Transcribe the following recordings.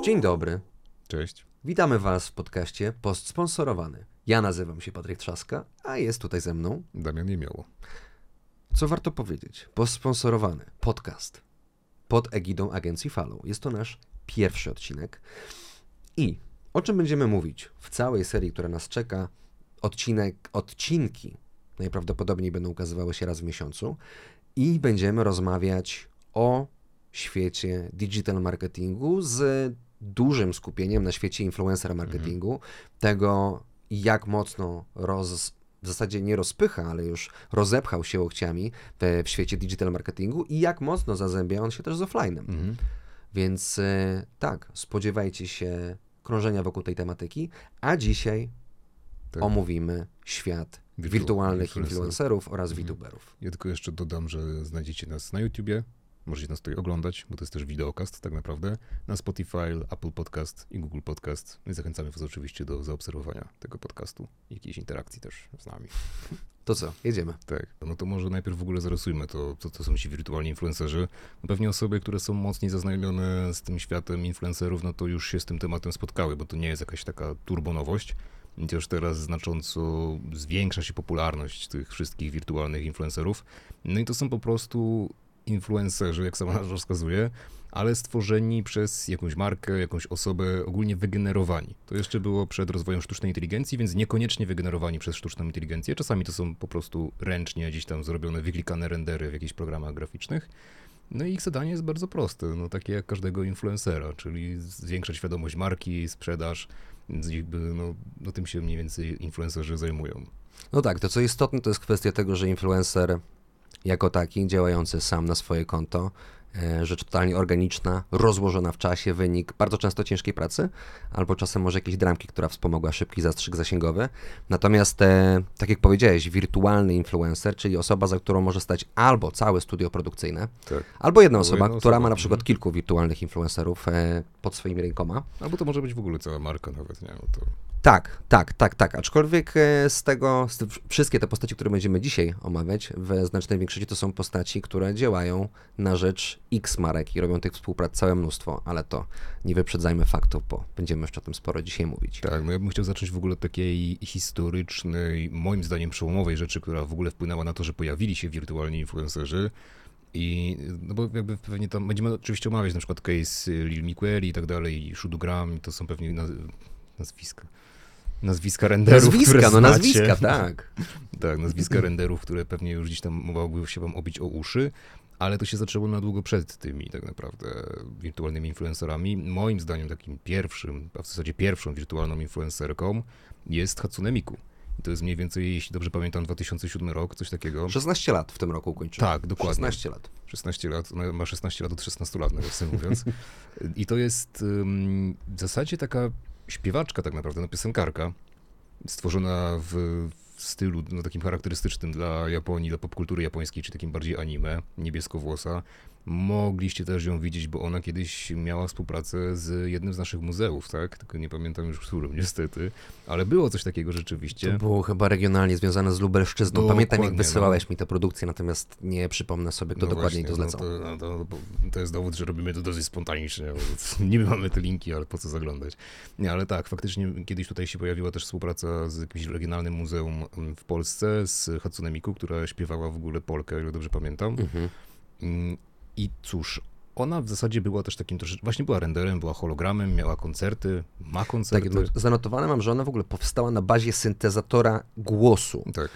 Dzień dobry. Cześć. Witamy Was w podcaście Postsponsorowany. Ja nazywam się Patryk Trzaska, a jest tutaj ze mną Damian Jemioło. Co warto powiedzieć? Postsponsorowany podcast pod egidą agencji Follow. Jest to nasz pierwszy odcinek. I o czym będziemy mówić w całej serii, która nas czeka? Odcinki najprawdopodobniej będą ukazywały się raz w miesiącu i będziemy rozmawiać o świecie digital marketingu z dużym skupieniem na świecie influencer marketingu, tego jak mocno w zasadzie nie rozpycha, ale już rozepchał się łokciami w świecie digital marketingu i jak mocno zazębia on się też z offline'em. Więc tak, spodziewajcie się krążenia wokół tej tematyki, a dzisiaj omówimy świat wirtualnych influencerów oraz VTuberów. Ja tylko jeszcze dodam, że znajdziecie nas na YouTubie, możecie nas tutaj oglądać, bo to jest też wideokast tak naprawdę, na Spotify, Apple Podcast i Google Podcast. No i zachęcamy Was oczywiście do zaobserwowania tego podcastu i jakiejś interakcji też z nami. To co, jedziemy? Tak, no to może najpierw w ogóle zarysujmy to, co to są ci wirtualni influencerzy. No pewnie osoby, które są mocniej zaznajomione z tym światem influencerów, no to już się z tym tematem spotkały, bo to nie jest jakaś taka turbonowość. Chociaż teraz znacząco zwiększa się popularność tych wszystkich wirtualnych influencerów. No i to są po prostu influencerzy, jak sama nazwa wskazuje, ale stworzeni przez jakąś markę, jakąś osobę, ogólnie wygenerowani. To jeszcze było przed rozwojem sztucznej inteligencji, więc niekoniecznie wygenerowani przez sztuczną inteligencję. Czasami to są po prostu ręcznie gdzieś tam zrobione, wyklikane rendery w jakichś programach graficznych. No i ich zadanie jest bardzo proste, no takie jak każdego influencera, czyli zwiększać świadomość marki, sprzedaż, więc jakby no tym się mniej więcej influencerzy zajmują. No tak, to co istotne to jest kwestia tego, że influencer jako taki, działający sam na swoje konto, rzecz totalnie organiczna, rozłożona w czasie, wynik bardzo często ciężkiej pracy, albo czasem może jakieś dramki, która wspomogła szybki zastrzyk zasięgowy. Natomiast, tak jak powiedziałeś, wirtualny influencer, czyli osoba, za którą może stać albo całe studio produkcyjne, tak. albo jedna osoba, która ma na przykład kilku wirtualnych influencerów pod swoimi rękoma. Albo to może być w ogóle cała marka nawet, nie? No to... Tak. Aczkolwiek wszystkie te postaci, które będziemy dzisiaj omawiać, w znacznej większości to są postaci, które działają na rzecz X marek i robią tych współprac całe mnóstwo, ale to nie wyprzedzajmy faktów, bo będziemy jeszcze o tym sporo dzisiaj mówić. Tak, no ja bym chciał zacząć w ogóle od takiej historycznej, moim zdaniem przełomowej rzeczy, która w ogóle wpłynęła na to, że pojawili się wirtualni influencerzy. I no bo jakby pewnie tam będziemy oczywiście omawiać na przykład case Lil Miqueli i tak dalej, i Shudugram, to są pewnie nazwiska renderów, które znacie. Nazwiska, tak. Tak, nazwiska renderów, które pewnie już gdzieś tam mogłyby się wam obić o uszy, ale to się zaczęło na długo przed tymi tak naprawdę wirtualnymi influencerami. Moim zdaniem takim pierwszym, a w zasadzie pierwszą wirtualną influencerką jest Hatsune Miku. I to jest mniej więcej, jeśli dobrze pamiętam, 2007 rok, coś takiego. 16 lat w tym roku ukończyła. Tak, dokładnie. 16 lat. 16 lat, ona ma 16 lat od 16 lat, nawiasem mówiąc. I to jest w zasadzie taka śpiewaczka tak naprawdę, no piosenkarka, stworzona w stylu takim charakterystycznym dla Japonii, dla popkultury japońskiej, czy takim bardziej anime, niebieskowłosa. Mogliście też ją widzieć, bo ona kiedyś miała współpracę z jednym z naszych muzeów, tak? Tylko nie pamiętam już którym niestety, ale było coś takiego rzeczywiście. To było chyba regionalnie związane z Lubelszczyzną. Pamiętam, jak wysyłałeś mi tę produkcję, natomiast nie przypomnę sobie, kto dokładnie to zlecał. To jest dowód, że robimy to dosyć spontanicznie. Niby mamy te linki, ale po co zaglądać? Nie, ale tak, faktycznie kiedyś tutaj się pojawiła też współpraca z jakimś regionalnym muzeum w Polsce, z Hatsune Miku, która śpiewała w ogóle polkę, jak dobrze pamiętam. I cóż, ona w zasadzie była też takim troszeczkę, właśnie była renderem, była hologramem, miała koncerty, ma koncerty. Tak, zanotowane mam, że ona w ogóle powstała na bazie syntezatora głosu. Tak.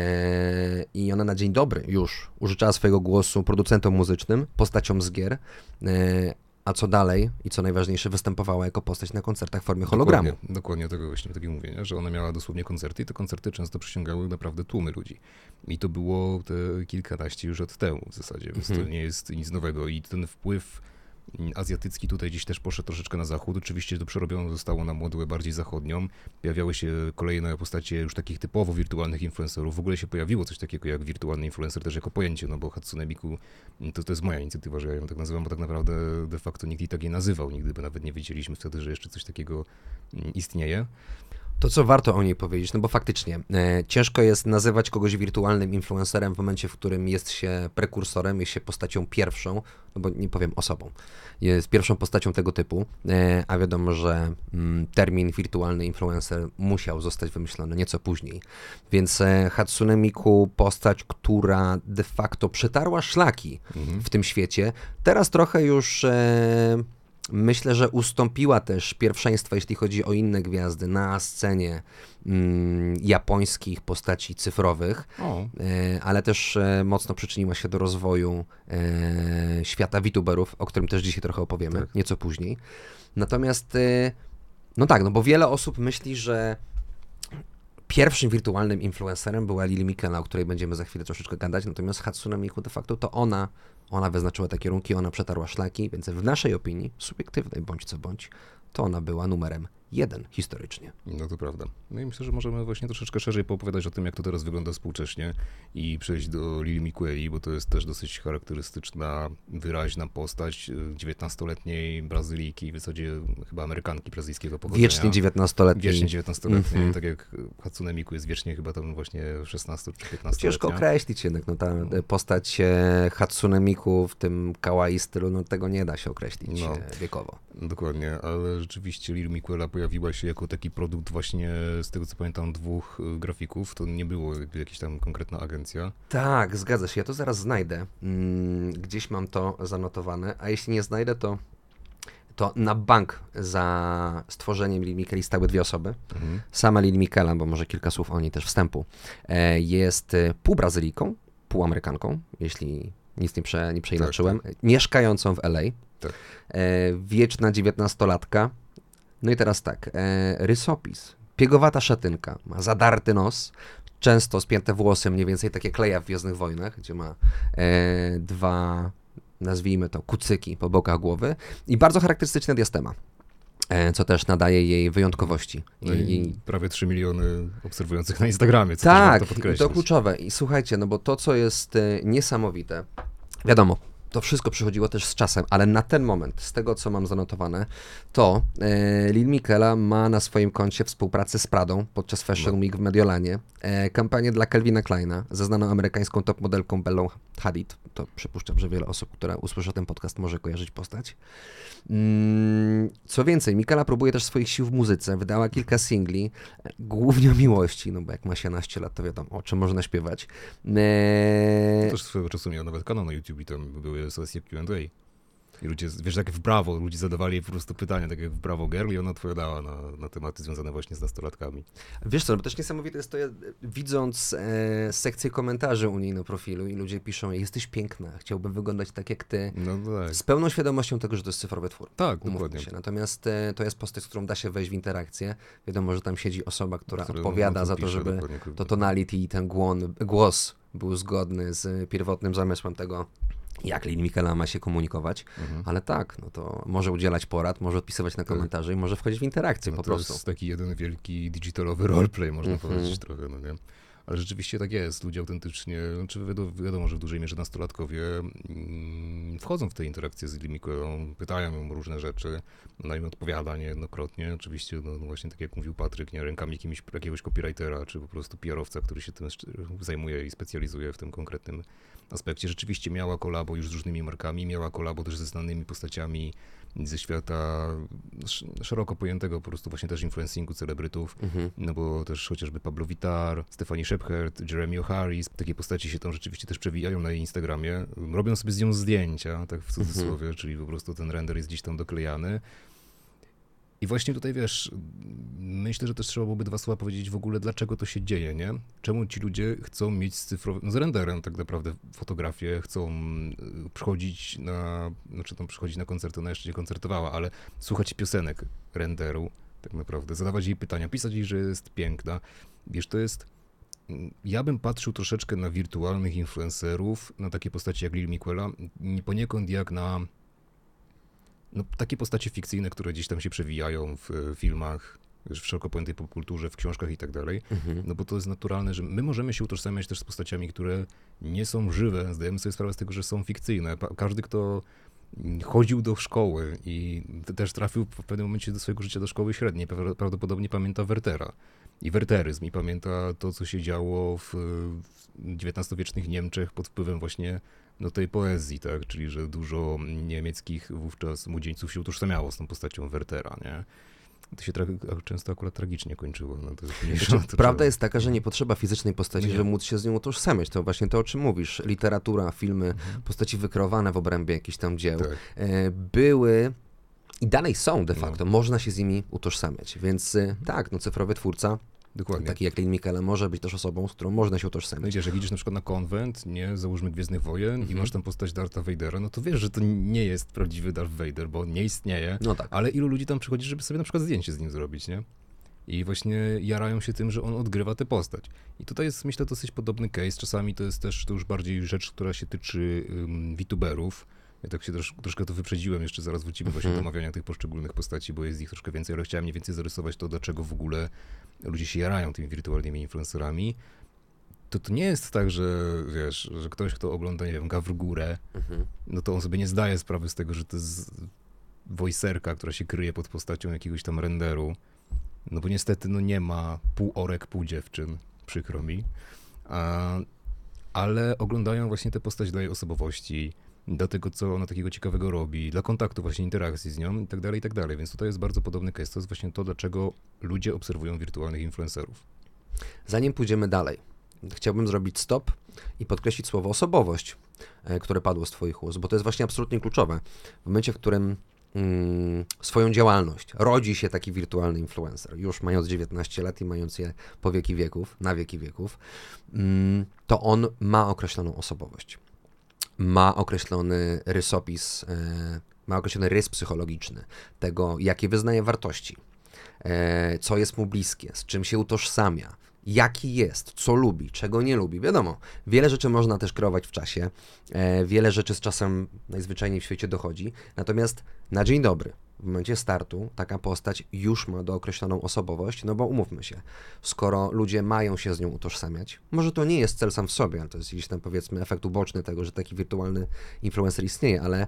I ona na dzień dobry już użyczała swojego głosu producentom muzycznym, postaciom z gier, a co dalej i co najważniejsze, występowała jako postać na koncertach w formie hologramu. Dokładnie tego właśnie, takiego mówienia, że ona miała dosłownie koncerty i te koncerty często przyciągały naprawdę tłumy ludzi. I to było te kilkanaście już lat temu w zasadzie, więc to nie jest nic nowego. I ten wpływ azjatycki tutaj gdzieś też poszedł troszeczkę na zachód. Oczywiście to przerobione zostało na modłę bardziej zachodnią. Pojawiały się kolejne postacie już takich typowo wirtualnych influencerów. W ogóle się pojawiło coś takiego jak wirtualny influencer też jako pojęcie, no bo Hatsune Miku to jest moja inicjatywa, że ja ją tak nazywam, bo tak naprawdę de facto nikt jej tak nie nazywał. Nigdy by nawet nie wiedzieliśmy wtedy, że jeszcze coś takiego istnieje. To, co warto o niej powiedzieć, no bo faktycznie ciężko jest nazywać kogoś wirtualnym influencerem w momencie, w którym jest się prekursorem, jest się postacią pierwszą, no bo nie powiem osobą, jest pierwszą postacią tego typu, a wiadomo, że termin wirtualny influencer musiał zostać wymyślony nieco później. Więc Hatsune Miku, postać, która de facto przetarła szlaki w tym świecie, teraz trochę już... Myślę, że ustąpiła też pierwszeństwa, jeśli chodzi o inne gwiazdy, na scenie japońskich postaci cyfrowych, ale też mocno przyczyniła się do rozwoju świata VTuberów, o którym też dzisiaj trochę opowiemy, nieco później. Natomiast, no tak, no bo wiele osób myśli, że pierwszym wirtualnym influencerem była Lil Miquela, o której będziemy za chwilę troszeczkę gadać, natomiast Hatsune Miku de facto to ona wyznaczyła te kierunki, ona przetarła szlaki, więc w naszej opinii, subiektywnej bądź co bądź, to ona była numerem 1 historycznie. No to prawda. No i myślę, że możemy właśnie troszeczkę szerzej poopowiadać o tym, jak to teraz wygląda współcześnie i przejść do Lil Miqueli, bo to jest też dosyć charakterystyczna, wyraźna postać 19-letniej Brazylijki, w zasadzie chyba Amerykanki brazylijskiego pochodzenia. Wiecznie 19-letniej. Wiecznie 19-letniej, tak jak Hatsune Miku jest wiecznie chyba tam właśnie 16 czy 15-letnia. Ciężko określić jednak, no ta postać Hatsune Miku w tym kawaii stylu, no tego nie da się określić wiekowo. Dokładnie, ale rzeczywiście Lil Miquela pojawiła się jako taki produkt właśnie, z tego co pamiętam, 2 grafików, to nie było jakaś tam konkretna agencja. Tak, zgadza się, ja to zaraz znajdę, gdzieś mam to zanotowane, a jeśli nie znajdę, to na bank za stworzeniem Lil Miqueli stały 2 osoby. Sama Lil Miquela, bo może kilka słów o niej też wstępu, jest pół Brazylijką, pół Amerykanką, jeśli nic nie przeinaczyłem, mieszkającą w LA. Tak. Wieczna 19-latka. No i teraz tak, rysopis, piegowata szatynka, ma zadarty nos, często spięte włosy, mniej więcej takie Kleja w Gwiezdnych Wojnach, gdzie ma 2, nazwijmy to, kucyki po bokach głowy i bardzo charakterystyczna diastema, co też nadaje jej wyjątkowości. No i prawie 3 miliony obserwujących na Instagramie, co tak, też warto podkreślić. to kluczowe. I słuchajcie, no bo to, co jest niesamowite, wiadomo, to wszystko przychodziło też z czasem, ale na ten moment, z tego co mam zanotowane, to Lil Miquela ma na swoim koncie współpracę z Pradą podczas Fashion Week w Mediolanie, kampanię dla Calvina Kleina ze znaną amerykańską top modelką Bellą Hadid. To przypuszczam, że wiele osób, które usłyszy ten podcast, może kojarzyć postać. Co więcej, Miquela próbuje też swoich sił w muzyce, wydała kilka singli, głównie o miłości, no bo jak ma się 11 lat, to wiadomo, o czym można śpiewać. Też swego czasu miał nawet kanał na YouTube i tam były sesje Q&A. I ludzie, wiesz, tak w Brawo, ludzie zadawali jej po prostu pytania, tak jak w Brawo Girl i ona odpowiadała na tematy związane właśnie z nastolatkami. Wiesz co, bo też niesamowite jest to, widząc sekcję komentarzy u niej na profilu i ludzie piszą, jesteś piękna, chciałbym wyglądać tak jak ty, tak. Z pełną świadomością tego, że to jest cyfrowy twór. Tak, dokładnie. Się. Natomiast to jest postać, z którą da się wejść w interakcję. Wiadomo, że tam siedzi osoba, która odpowiada za to, żeby to tonality i ten głos był zgodny z pierwotnym zamysłem tego, jak Lil Miquela ma się komunikować, ale tak, no to może udzielać porad, może odpisywać na komentarze i może wchodzić w interakcję po prostu. To jest taki jeden wielki digitalowy roleplay, można powiedzieć trochę, no nie? Ale rzeczywiście tak jest, ludzie autentycznie, znaczy wiadomo, że w dużej mierze nastolatkowie wchodzą w te interakcje z Lil Miquelą, pytają ją różne rzeczy, ona im odpowiada niejednokrotnie, oczywiście, no właśnie tak jak mówił Patryk, nie, rękami jakiegoś copywritera, czy po prostu PR-owca, który się tym zajmuje i specjalizuje w tym konkretnym aspekcie. Rzeczywiście miała kolabo już z różnymi markami, miała kolabo też ze znanymi postaciami ze świata szeroko pojętego po prostu właśnie też influencingu celebrytów, no bo też chociażby Pablo Vittar, Stephanie Shepard, Jeremy O'Harris, takie postaci się tam rzeczywiście też przewijają na jej Instagramie, robią sobie z nią zdjęcia, tak w cudzysłowie, czyli po prostu ten render jest gdzieś tam doklejany. I właśnie tutaj, wiesz, myślę, że też trzeba byłoby 2 słowa powiedzieć w ogóle, dlaczego to się dzieje, nie? Czemu ci ludzie chcą mieć z renderem tak naprawdę fotografię, chcą przychodzić na koncerty, ona jeszcze nie koncertowała, ale słuchać piosenek renderu, tak naprawdę, zadawać jej pytania, pisać jej, że jest piękna. Wiesz, to jest... Ja bym patrzył troszeczkę na wirtualnych influencerów, na takie postaci jak Lil Miquela, poniekąd jak na... takie postacie fikcyjne, które gdzieś tam się przewijają w filmach, w szeroko pojętej popkulturze, w książkach i tak dalej, no bo to jest naturalne, że my możemy się utożsamiać też z postaciami, które nie są żywe, zdajemy sobie sprawę z tego, że są fikcyjne. Każdy, kto chodził do szkoły i też trafił w pewnym momencie do swojego życia do szkoły średniej. Prawdopodobnie pamięta Wertera i werteryzm i pamięta to, co się działo w XIX-wiecznych Niemczech pod wpływem właśnie tej poezji, tak? Czyli że dużo niemieckich wówczas młodzieńców się utożsamiało z tą postacią Wertera, nie? To się często akurat tragicznie kończyło. No to jest prawda jest taka, że nie potrzeba fizycznej postaci, żeby móc się z nią utożsamiać. To właśnie to, o czym mówisz. Literatura, filmy, postaci wykreowane w obrębie jakichś tam dzieł były i dalej są de facto. Można się z nimi utożsamiać. Więc tak, cyfrowy twórca, dokładnie. Taki jak Lin Miquela może być też osobą, z którą można się utożsamiać. No wiesz, jak idziesz na przykład na konwent, nie, załóżmy Gwiezdnych Wojen i masz tam postać Dartha Vadera, no to wiesz, że to nie jest prawdziwy Darth Vader, bo on nie istnieje, ale ilu ludzi tam przychodzi, żeby sobie na przykład zdjęcie z nim zrobić, nie? I właśnie jarają się tym, że on odgrywa tę postać. I tutaj jest, myślę, dosyć podobny case. Czasami to jest też to już bardziej rzecz, która się tyczy VTuberów. Ja tak się troszkę to wyprzedziłem, jeszcze zaraz wrócimy właśnie do omawiania tych poszczególnych postaci, bo jest ich troszkę więcej, ale chciałem mniej więcej zarysować to, dlaczego w ogóle ludzie się jarają tymi wirtualnymi influencerami. To nie jest tak, że wiesz, że ktoś, kto ogląda, nie wiem, Gawrgurę, no to on sobie nie zdaje sprawy z tego, że to jest voicerka, która się kryje pod postacią jakiegoś tam renderu. No bo niestety nie ma pół orek, pół dziewczyn, przykro mi. Ale oglądają właśnie tę postać dla jej osobowości, dla tego, co ona takiego ciekawego robi, dla kontaktu, właśnie interakcji z nią i tak dalej, i tak dalej. Więc tutaj jest bardzo podobny case. To jest właśnie to, dlaczego ludzie obserwują wirtualnych influencerów. Zanim pójdziemy dalej, chciałbym zrobić stop i podkreślić słowo osobowość, które padło z twoich ust, bo to jest właśnie absolutnie kluczowe. W momencie, w którym swoją działalność rodzi się taki wirtualny influencer, już mając 19 lat i mając je po wieki wieków, na wieki wieków, to on ma określoną osobowość. Ma określony rysopis, ma określony rys psychologiczny tego, jakie wyznaje wartości, co jest mu bliskie, z czym się utożsamia, jaki jest, co lubi, czego nie lubi. Wiadomo, wiele rzeczy można też kreować w czasie, wiele rzeczy z czasem najzwyczajniej w świecie dochodzi, natomiast na dzień dobry, w momencie startu, taka postać już ma dookreśloną osobowość, no bo umówmy się, skoro ludzie mają się z nią utożsamiać, może to nie jest cel sam w sobie, ale to jest gdzieś tam powiedzmy efekt uboczny tego, że taki wirtualny influencer istnieje, ale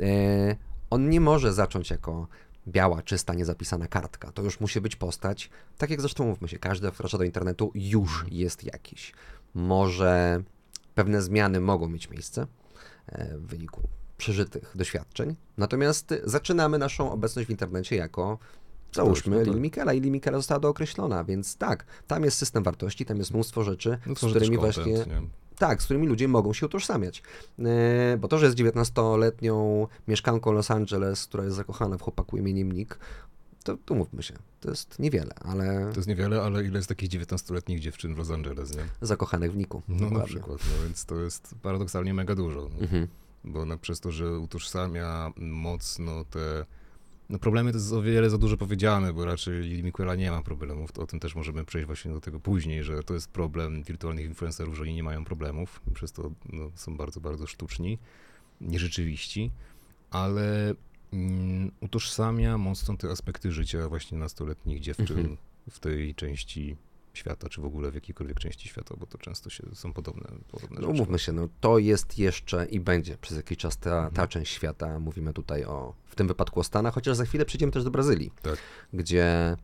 on nie może zacząć jako biała, czysta, niezapisana kartka. To już musi być postać, tak jak zresztą mówmy się, każdy, kto wkracza do internetu, już jest jakiś. Może pewne zmiany mogą mieć miejsce w wyniku przeżytych doświadczeń, natomiast zaczynamy naszą obecność w internecie jako, załóżmy, Lin Miquela i Lin Miquela została dookreślona, więc tak, tam jest system wartości, tam jest mnóstwo rzeczy, z którymi właśnie... Tak, z którymi ludzie mogą się utożsamiać. Bo to, że jest 19-letnią mieszkanką Los Angeles, która jest zakochana w chłopaku imieniem Nick, to mówmy się, to jest niewiele, ale... To jest niewiele, ale ile jest takich 19-letnich dziewczyn w Los Angeles, nie? Zakochanych w Nicku. No na przykład, więc to jest paradoksalnie mega dużo. Bo przez to, że utożsamia mocno te... No problemy to jest o wiele za dużo powiedziane, bo raczej Lin Miquela nie ma problemów. O tym też możemy przejść właśnie do tego później, że to jest problem wirtualnych influencerów, że oni nie mają problemów, przez to są bardzo, bardzo sztuczni, nierzeczywiści, ale utożsamia mocno te aspekty życia właśnie nastoletnich dziewczyn w tej części świata, czy w ogóle w jakiejkolwiek części świata, bo to często są podobne rzeczy. Umówmy się, to jest jeszcze i będzie przez jakiś czas ta część świata. Mówimy tutaj w tym wypadku o Stanach, chociaż za chwilę przejdziemy też do Brazylii, gdzie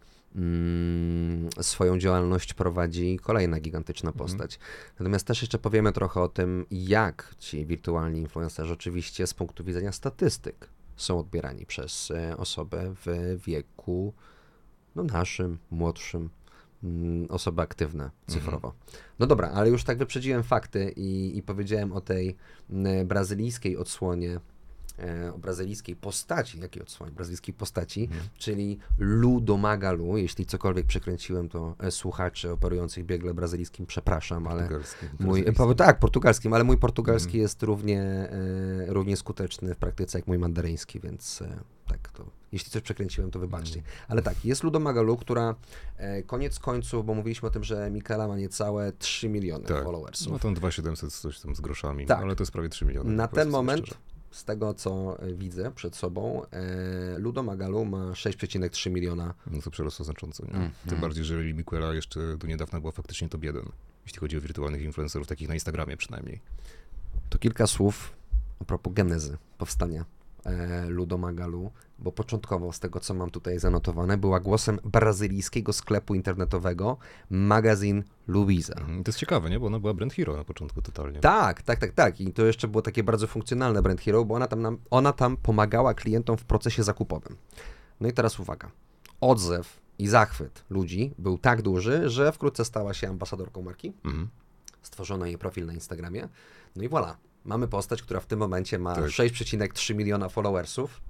swoją działalność prowadzi kolejna gigantyczna postać. Natomiast też jeszcze powiemy trochę o tym, jak ci wirtualni influencerzy oczywiście z punktu widzenia statystyk są odbierani przez osobę w wieku naszym, młodszym, osoby aktywne cyfrowo. No dobra, ale już tak wyprzedziłem fakty i powiedziałem o tej brazylijskiej odsłonie, o brazylijskiej postaci, jakiej odsłonie? Brazylijskiej postaci, czyli Ludo Magalu. Jeśli cokolwiek przekręciłem, to słuchaczy operujących biegle brazylijskim przepraszam, ale portugalskim, ale mój portugalski jest równie skuteczny w praktyce jak mój mandaryński, więc tak to. Jeśli coś przekręciłem, to wybaczcie. Ale tak, jest Ludo Magalu, która koniec końców, bo mówiliśmy o tym, że Miquela ma niecałe 3 miliony followersów. No tam 2700 coś tam z groszami, ale to jest prawie 3 miliony. Na ten moment, z tego co widzę przed sobą, Ludo Magalu ma 6,3 miliona. No to przerosło znacząco, nie? Tym bardziej, że Lin Miquela jeszcze do niedawna była faktycznie top 1, jeśli chodzi o wirtualnych influencerów, takich na Instagramie przynajmniej. To kilka słów a propos genezy powstania Ludo Magalu, bo początkowo, z tego co mam tutaj zanotowane, była głosem brazylijskiego sklepu internetowego Magazine Luiza. To jest ciekawe, nie? Bo ona była brand hero na początku totalnie. Tak. I to jeszcze było takie bardzo funkcjonalne brand hero, bo ona tam pomagała klientom w procesie zakupowym. No i teraz uwaga. Odzew i zachwyt ludzi był tak duży, że wkrótce stała się ambasadorką marki. Stworzono jej profil na Instagramie. No i voilà. Mamy postać, która w tym momencie ma 6,3 miliona followersów.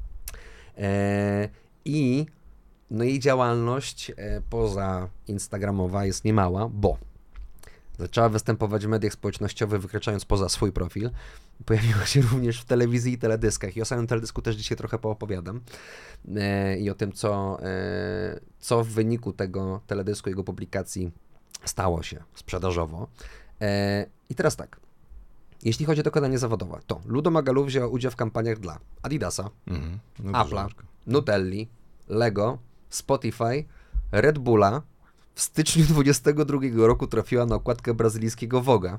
I jej działalność poza instagramowa jest niemała, bo zaczęła występować w mediach społecznościowych, wykraczając poza swój profil. Pojawiła się również w telewizji i teledyskach. I o samym teledysku też dzisiaj trochę poopowiadam. I o tym, co w wyniku tego teledysku, jego publikacji stało się sprzedażowo. I teraz tak. Jeśli chodzi o dokonanie zawodowe, to Ludo Magalu wziął udział w kampaniach dla Adidasa, Apple'a, Nutelli, Lego, Spotify, Red Bulla. W styczniu 2022 roku trafiła na okładkę brazylijskiego Vogue'a.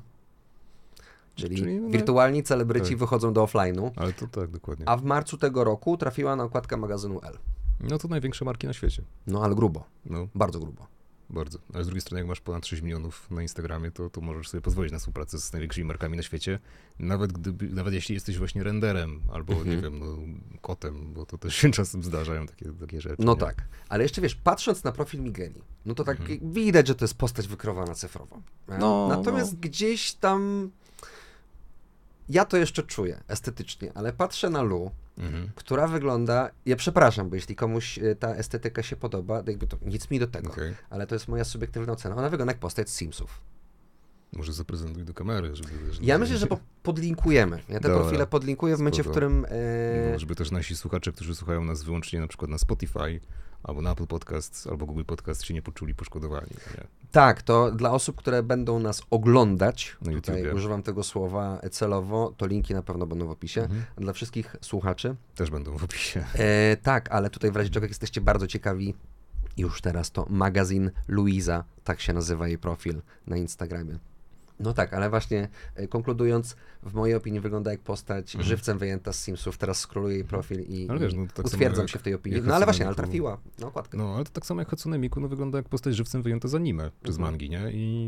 Czyli wirtualni celebryci wychodzą do offline'u. Ale to tak, dokładnie. A w marcu tego roku trafiła na okładkę magazynu Elle. No to największe marki na świecie. No ale grubo. Bardzo grubo. Bardzo. Ale z drugiej strony, jak masz ponad 6 milionów na Instagramie, to możesz sobie pozwolić na współpracę z największymi markami na świecie. Nawet jeśli jesteś właśnie renderem albo, nie wiem, kotem, bo to też się czasem zdarzają takie rzeczy. No nie? tak. Ale jeszcze wiesz, patrząc na profil Migeli, no to tak widać, że to jest postać wykreowana cyfrowo. Natomiast gdzieś tam ja to jeszcze czuję estetycznie, ale patrzę na Lu, która wygląda, ja przepraszam, bo jeśli komuś ta estetyka się podoba, jakby to nic mi do tego, ale to jest moja subiektywna ocena. Ona wygląda jak postać z Simsów. Może zaprezentuj do kamery, żeby ja myślę, że podlinkujemy. Ja te profile podlinkuję w momencie, w którym... Żeby też nasi słuchacze, którzy słuchają nas wyłącznie na przykład na Spotify, albo na Apple Podcast, albo Google Podcast, się nie poczuli poszkodowani. Nie? Tak, to dla osób, które będą nas oglądać, na tutaj YouTubie. używam tego słowa celowo, to linki na pewno będą w opisie. A dla wszystkich słuchaczy też będą w opisie. Tak, ale tutaj w razie czego, jak jesteście bardzo ciekawi, już teraz to Magazine Luiza, tak się nazywa jej profil na Instagramie. No tak, ale właśnie konkludując, w mojej opinii wygląda jak postać żywcem wyjęta z Simsów. Teraz scrolluję jej profil i tak utwierdzam się w tej opinii. No ale właśnie, ale trafiła na okładkę. No ale to tak samo jak Hatsune Miku, wygląda jak postać żywcem wyjęta z anime, czy z mangi, nie?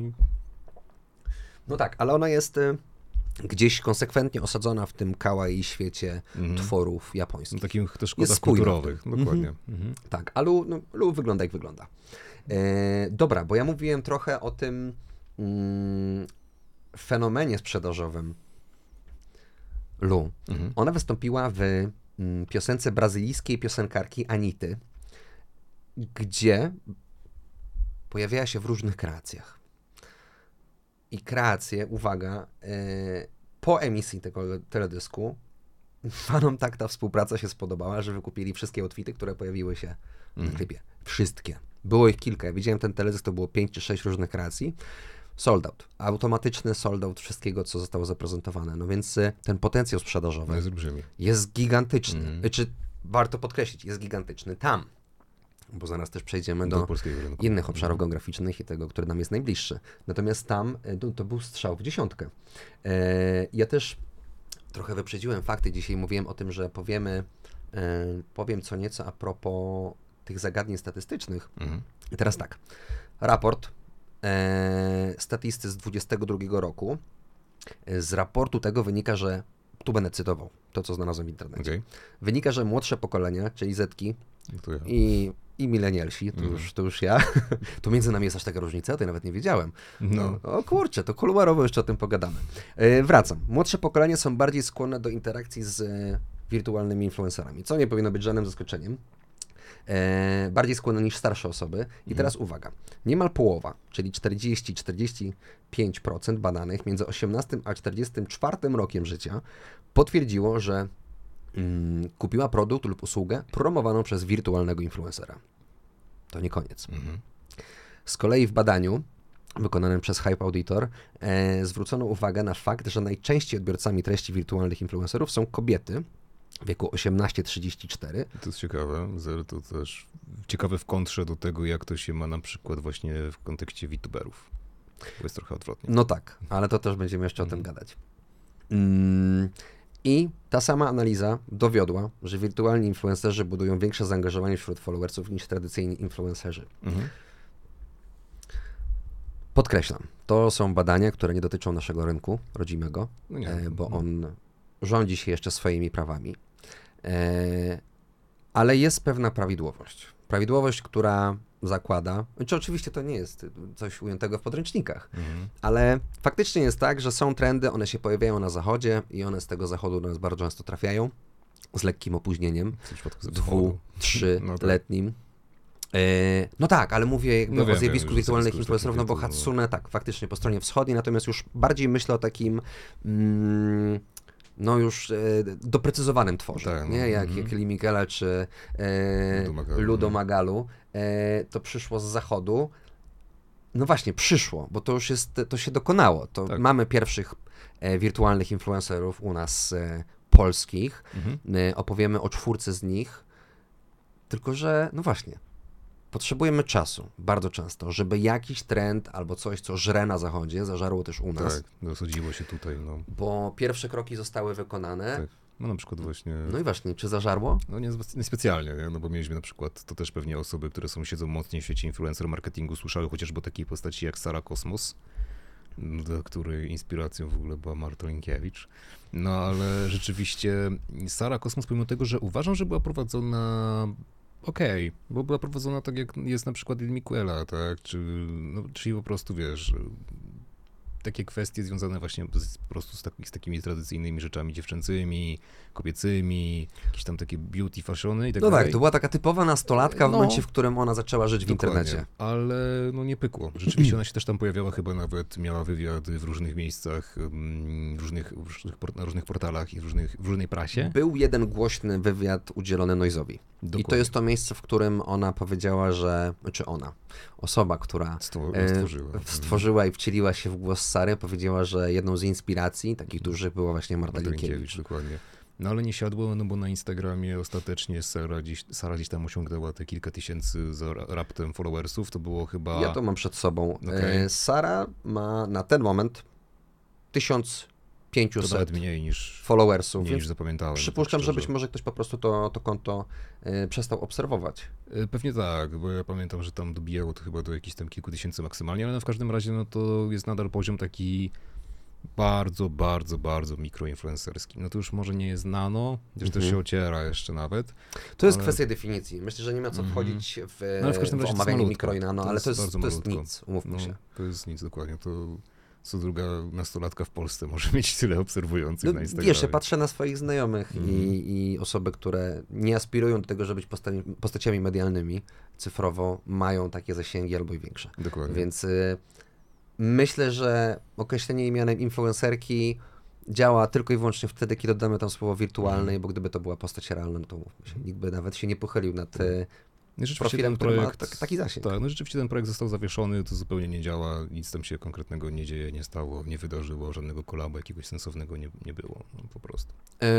No tak, ale ona jest gdzieś konsekwentnie osadzona w tym kawaii świecie tworów japońskich. Takich też kodach kulturowych, dokładnie. Tak, a Lu wygląda jak wygląda. Dobra, bo ja mówiłem trochę o tym fenomenie sprzedażowym Lu. Ona wystąpiła w piosence brazylijskiej piosenkarki Anity, gdzie pojawiała się w różnych kreacjach. I kreacje, uwaga, po emisji tego teledysku fanom tak ta współpraca się spodobała, że wykupili wszystkie outfity, które pojawiły się na klipie. Wszystkie. Było ich kilka. Ja widziałem ten teledysk, to było 5 czy 6 różnych kreacji. Sold out. Automatyczny sold out wszystkiego, co zostało zaprezentowane. No więc ten potencjał sprzedażowy jest gigantyczny. Czy warto podkreślić, jest gigantyczny tam. Bo zaraz też przejdziemy do innych obszarów geograficznych i tego, który nam jest najbliższy. Natomiast tam to był strzał w dziesiątkę. Ja też trochę wyprzedziłem fakty. Dzisiaj mówiłem o tym, że powiem co nieco a propos tych zagadnień statystycznych. I teraz tak. Raport statysty z 2022 roku. Z raportu tego wynika, że tu będę cytował to, co znalazłem w internecie. Wynika, że młodsze pokolenia, czyli Zetki i milenialsi, to już ja. Tu między nami jest aż taka różnica, to ja nawet nie wiedziałem. O kurczę, to kuluarowo jeszcze o tym pogadamy. Wracam. Młodsze pokolenia są bardziej skłonne do interakcji z wirtualnymi influencerami, co nie powinno być żadnym zaskoczeniem. Bardziej skłonne niż starsze osoby. I teraz uwaga, niemal połowa, czyli 40-45% badanych między 18 a 44 rokiem życia potwierdziło, że kupiła produkt lub usługę promowaną przez wirtualnego influencera. To nie koniec. Z kolei w badaniu wykonanym przez Hype Auditor zwrócono uwagę na fakt, że najczęściej odbiorcami treści wirtualnych influencerów są kobiety w wieku 18-34. To jest ciekawe, to też ciekawe w kontrze do tego, jak to się ma na przykład właśnie w kontekście VTuberów. Bo jest trochę odwrotnie. No tak, ale to też będziemy jeszcze o tym gadać. I ta sama analiza dowiodła, że wirtualni influencerzy budują większe zaangażowanie wśród followersów niż tradycyjni influencerzy. Podkreślam, to są badania, które nie dotyczą naszego rynku rodzimego, bo on rządzi się jeszcze swoimi prawami. Ale jest pewna prawidłowość. Prawidłowość, która zakłada, czy oczywiście to nie jest coś ujętego w podręcznikach, ale faktycznie jest tak, że są trendy, one się pojawiają na zachodzie i one z tego zachodu do nas bardzo często trafiają, z lekkim opóźnieniem, 2-3-letnim. No tak, ale mówię jakby o zjawisku wirtualnych influencerów, no bo Hatsune tak, faktycznie po stronie wschodniej, natomiast już bardziej myślę o takim już doprecyzowanym tworze, tak, nie? Jak Lee Miquela czy Ludo Magalu, to przyszło z zachodu. No właśnie, przyszło, bo to już to się dokonało. To mamy pierwszych wirtualnych influencerów u nas polskich, opowiemy o 4 z nich, tylko że, no właśnie, potrzebujemy czasu, bardzo często, żeby jakiś trend albo coś, co żre na zachodzie, zażarło też u nas. Tak, dosadziło się tutaj, no. Bo pierwsze kroki zostały wykonane. Tak. No na przykład właśnie... No i właśnie, czy zażarło? No niespecjalnie, nie? No bo mieliśmy na przykład, to też pewnie osoby, które siedzą mocniej w świecie influencer marketingu, słyszały chociażby o takiej postaci jak Sara Kosmos, do której inspiracją w ogóle była Marta Linkiewicz. No ale rzeczywiście Sara Kosmos, pomimo tego, że uważam, że była prowadzona bo była prowadzona tak, jak jest na przykład Lee Miquela, tak, czyli po prostu, wiesz, takie kwestie związane właśnie po prostu z takimi tradycyjnymi rzeczami dziewczęcymi, kobiecymi, jakieś tam takie beauty, fashiony i tak dalej. No tak, to była taka typowa nastolatka w momencie, w którym ona zaczęła żyć w internecie. Ale nie pykło. Rzeczywiście ona się też tam pojawiała, chyba nawet miała wywiady w różnych miejscach, na różnych portalach i w różnej prasie. Był jeden głośny wywiad udzielony Noizowi. Dokładnie. I to jest to miejsce, w którym ona powiedziała, że, osoba, która stworzyła i wcieliła się w głos Sary, powiedziała, że jedną z inspiracji takich dużych była właśnie Marta Linkiewicz. Dokładnie. No ale nie siadło, bo na Instagramie ostatecznie Sara gdzieś tam osiągnęła te kilka tysięcy raptem followersów, to było chyba... Ja to mam przed sobą. Sara ma na ten moment 1500 to nawet mniej niż followersów. Mniej niż zapamiętałem. Przypuszczam, że być może ktoś po prostu to konto przestał obserwować. Pewnie tak, bo ja pamiętam, że tam dobijało to chyba do jakichś tam kilku tysięcy maksymalnie, ale w każdym razie to jest nadal poziom taki bardzo, bardzo, bardzo mikroinfluencerski. No to już może nie jest nano, chociaż też się ociera jeszcze nawet. To jest kwestia definicji. Myślę, że nie ma co wchodzić w omawianie mikro i nano, ale to jest nic, umówmy się. To jest nic, dokładnie. To co druga nastolatka w Polsce może mieć tyle obserwujących na Instagramie. Wiesz, ja patrzę na swoich znajomych i osoby, które nie aspirują do tego, żeby być postaciami medialnymi cyfrowo, mają takie zasięgi albo i większe. Dokładnie. Więc myślę, że określenie imianem influencerki działa tylko i wyłącznie wtedy, kiedy dodamy tam słowo wirtualnej, bo gdyby to była postać realna, no to mówmy się, nikt by nawet się nie pochylił nad profilem, który ma taki zasięg. Tak, rzeczywiście ten projekt został zawieszony, to zupełnie nie działa, nic tam się konkretnego nie dzieje, nie stało, nie wydarzyło, żadnego kolabo jakiegoś sensownego nie było, po prostu.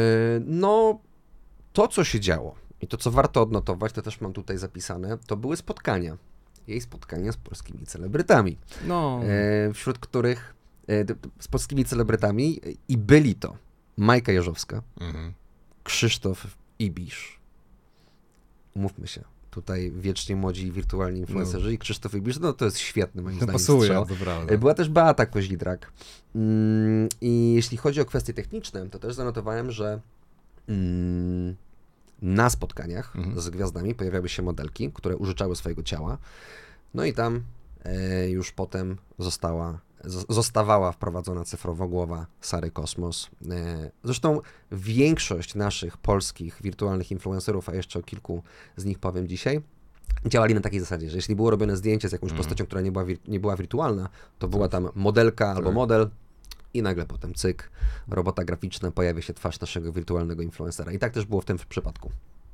To co się działo i to co warto odnotować, to też mam tutaj zapisane, to były spotkania. Jej spotkania z polskimi celebrytami. Wśród których z polskimi celebrytami i byli to Majka Jeżowska, Krzysztof Ibisz. Umówmy się. Tutaj wiecznie młodzi wirtualni influencerzy i Krzysztof Ibisz, to jest świetny moim zdaniem pasuje, strzał. Była też Beata Kozidrak. I jeśli chodzi o kwestie techniczne, to też zanotowałem, że na spotkaniach z gwiazdami pojawiały się modelki, które użyczały swojego ciała. No i tam już potem zostawała wprowadzona cyfrowo głowa Sary Kosmos. Zresztą większość naszych polskich wirtualnych influencerów, a jeszcze o kilku z nich powiem dzisiaj, działali na takiej zasadzie, że jeśli było robione zdjęcie z jakąś postacią, która nie była wirtualna, to była tam modelka albo model i nagle potem cyk, robota graficzna, pojawia się twarz naszego wirtualnego influencera. I tak też było w tym przypadku.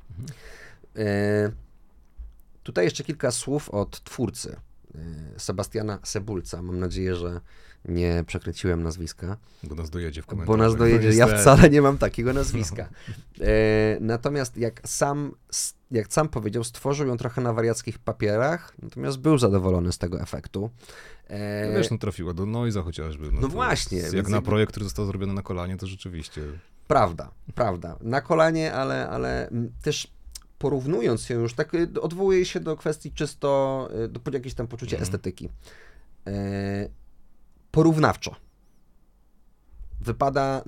Tutaj jeszcze kilka słów od twórcy, Sebastiana Sebulca. Mam nadzieję, że nie przekręciłem nazwiska. Bo nas dojedzie w komentarzach. Ja wcale nie mam takiego nazwiska. Natomiast jak sam powiedział, stworzył ją trochę na wariackich papierach, natomiast był zadowolony z tego efektu. Trafiła do Noiza chociażby. No właśnie. Jak na projekt, który został zrobiony na kolanie, to rzeczywiście... Prawda. Na kolanie, ale też porównując się już, tak odwołuję się do kwestii czysto, do jakiegoś tam poczucia estetyki. Porównawczo wypada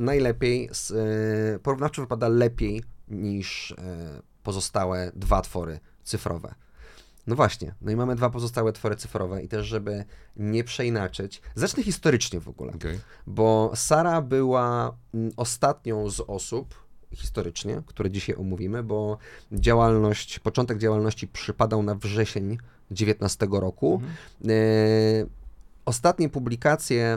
lepiej niż pozostałe 2 twory cyfrowe. No właśnie, no i mamy 2 pozostałe twory cyfrowe i też, żeby nie przeinaczyć, zacznę historycznie w ogóle, bo Sara była ostatnią z osób historycznie, które dzisiaj omówimy, bo początek działalności przypadał na wrzesień 19 roku. Ostatnie publikacje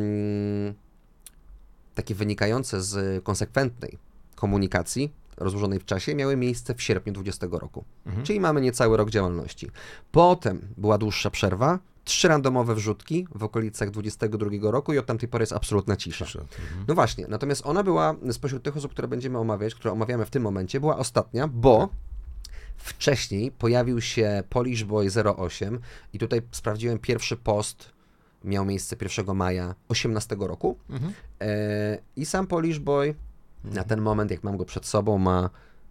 takie wynikające z konsekwentnej komunikacji rozłożonej w czasie miały miejsce w sierpniu 20 roku. Czyli mamy niecały rok działalności. Potem była dłuższa przerwa, 3 randomowe wrzutki w okolicach 22 roku i od tamtej pory jest absolutna cisza. No właśnie, natomiast ona była spośród tych osób, które będziemy omawiać, które omawiamy w tym momencie, była ostatnia, bo wcześniej pojawił się Polish Boy 08 i tutaj sprawdziłem, pierwszy post miał miejsce 1 maja 18 roku i sam Polish Boy na ten moment, jak mam go przed sobą, ma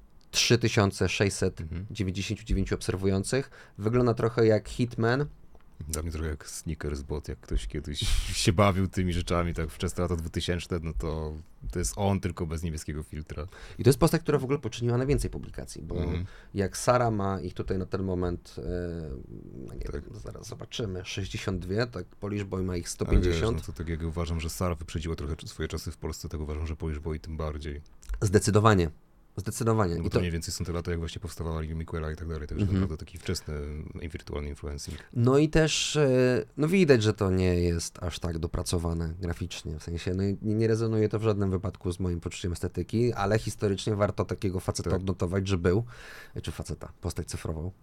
3699 obserwujących. Wygląda trochę jak Hitman. Dla mnie trochę jak Snickersbot, jak ktoś kiedyś się bawił tymi rzeczami, tak wczesne lata 2000, no to jest on, tylko bez niebieskiego filtra. I to jest postać, która w ogóle poczyniła najwięcej publikacji, bo jak Sara ma ich tutaj na ten moment, wiem, zaraz zobaczymy, 62, tak Polish Boy ma ich 150. Wiesz, no to tak jak uważam, że Sara wyprzedziła trochę swoje czasy w Polsce, tak uważam, że Polish Boy tym bardziej. Zdecydowanie. No bo to mniej więcej są te lata, jak właśnie powstawała Liga Mikuela i tak dalej, także naprawdę taki wczesny wirtualny influencing. No i też, no widać, że to nie jest aż tak dopracowane graficznie, w sensie, no nie rezonuje to w żadnym wypadku z moim poczuciem estetyki, ale historycznie warto takiego faceta odnotować, że był, czy faceta, postać cyfrową.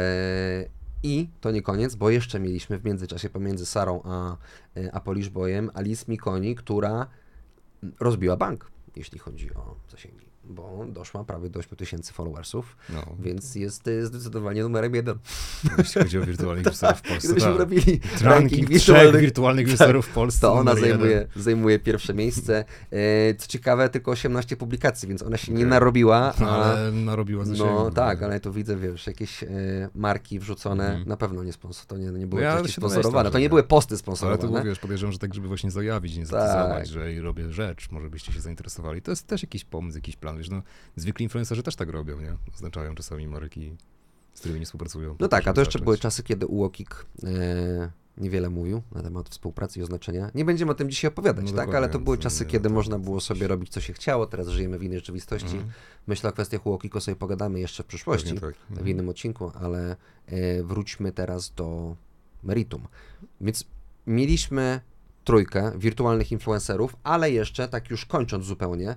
I to nie koniec, bo jeszcze mieliśmy w międzyczasie pomiędzy Sarą a Polish Boyem Alice Mikoni, która rozbiła bank, jeśli chodzi o zasięgi, bo doszła prawie do 8000 followersów, więc jest zdecydowanie numerem 1. Jeśli chodzi o wirtualnych influencerów w Polsce, gdybyśmy robili ranking 3 wirtualnych influencerów w Polsce, to ona zajmuje pierwsze miejsce. Co ciekawe, tylko 18 publikacji, więc ona się nie narobiła. Ale narobiła zasięgu. No tak, ale to widzę, wiesz, jakieś marki wrzucone, na pewno to nie było treści sponsorowane, to nie były posty sponsorowane. Ale to było, podejrzewam, że tak, żeby właśnie zajawić, nie zatyzować, że robię rzecz, może byście się zainteresowali. To jest też jakiś pomysł, jakiś plan, wiesz, no zwykli influencerzy też tak robią, nie? Oznaczają czasami marki, z którymi nie współpracują. No tak, a to jeszcze były czasy, kiedy UOKiK niewiele mówił na temat współpracy i oznaczenia. Nie będziemy o tym dzisiaj opowiadać, tak? Ale to były czasy, kiedy można było sobie robić, co się chciało. Teraz żyjemy w innej rzeczywistości. Myślę, o kwestiach UOKiK sobie pogadamy jeszcze w przyszłości, w innym odcinku, ale wróćmy teraz do meritum. Więc mieliśmy 3 wirtualnych influencerów, ale jeszcze, tak już kończąc zupełnie,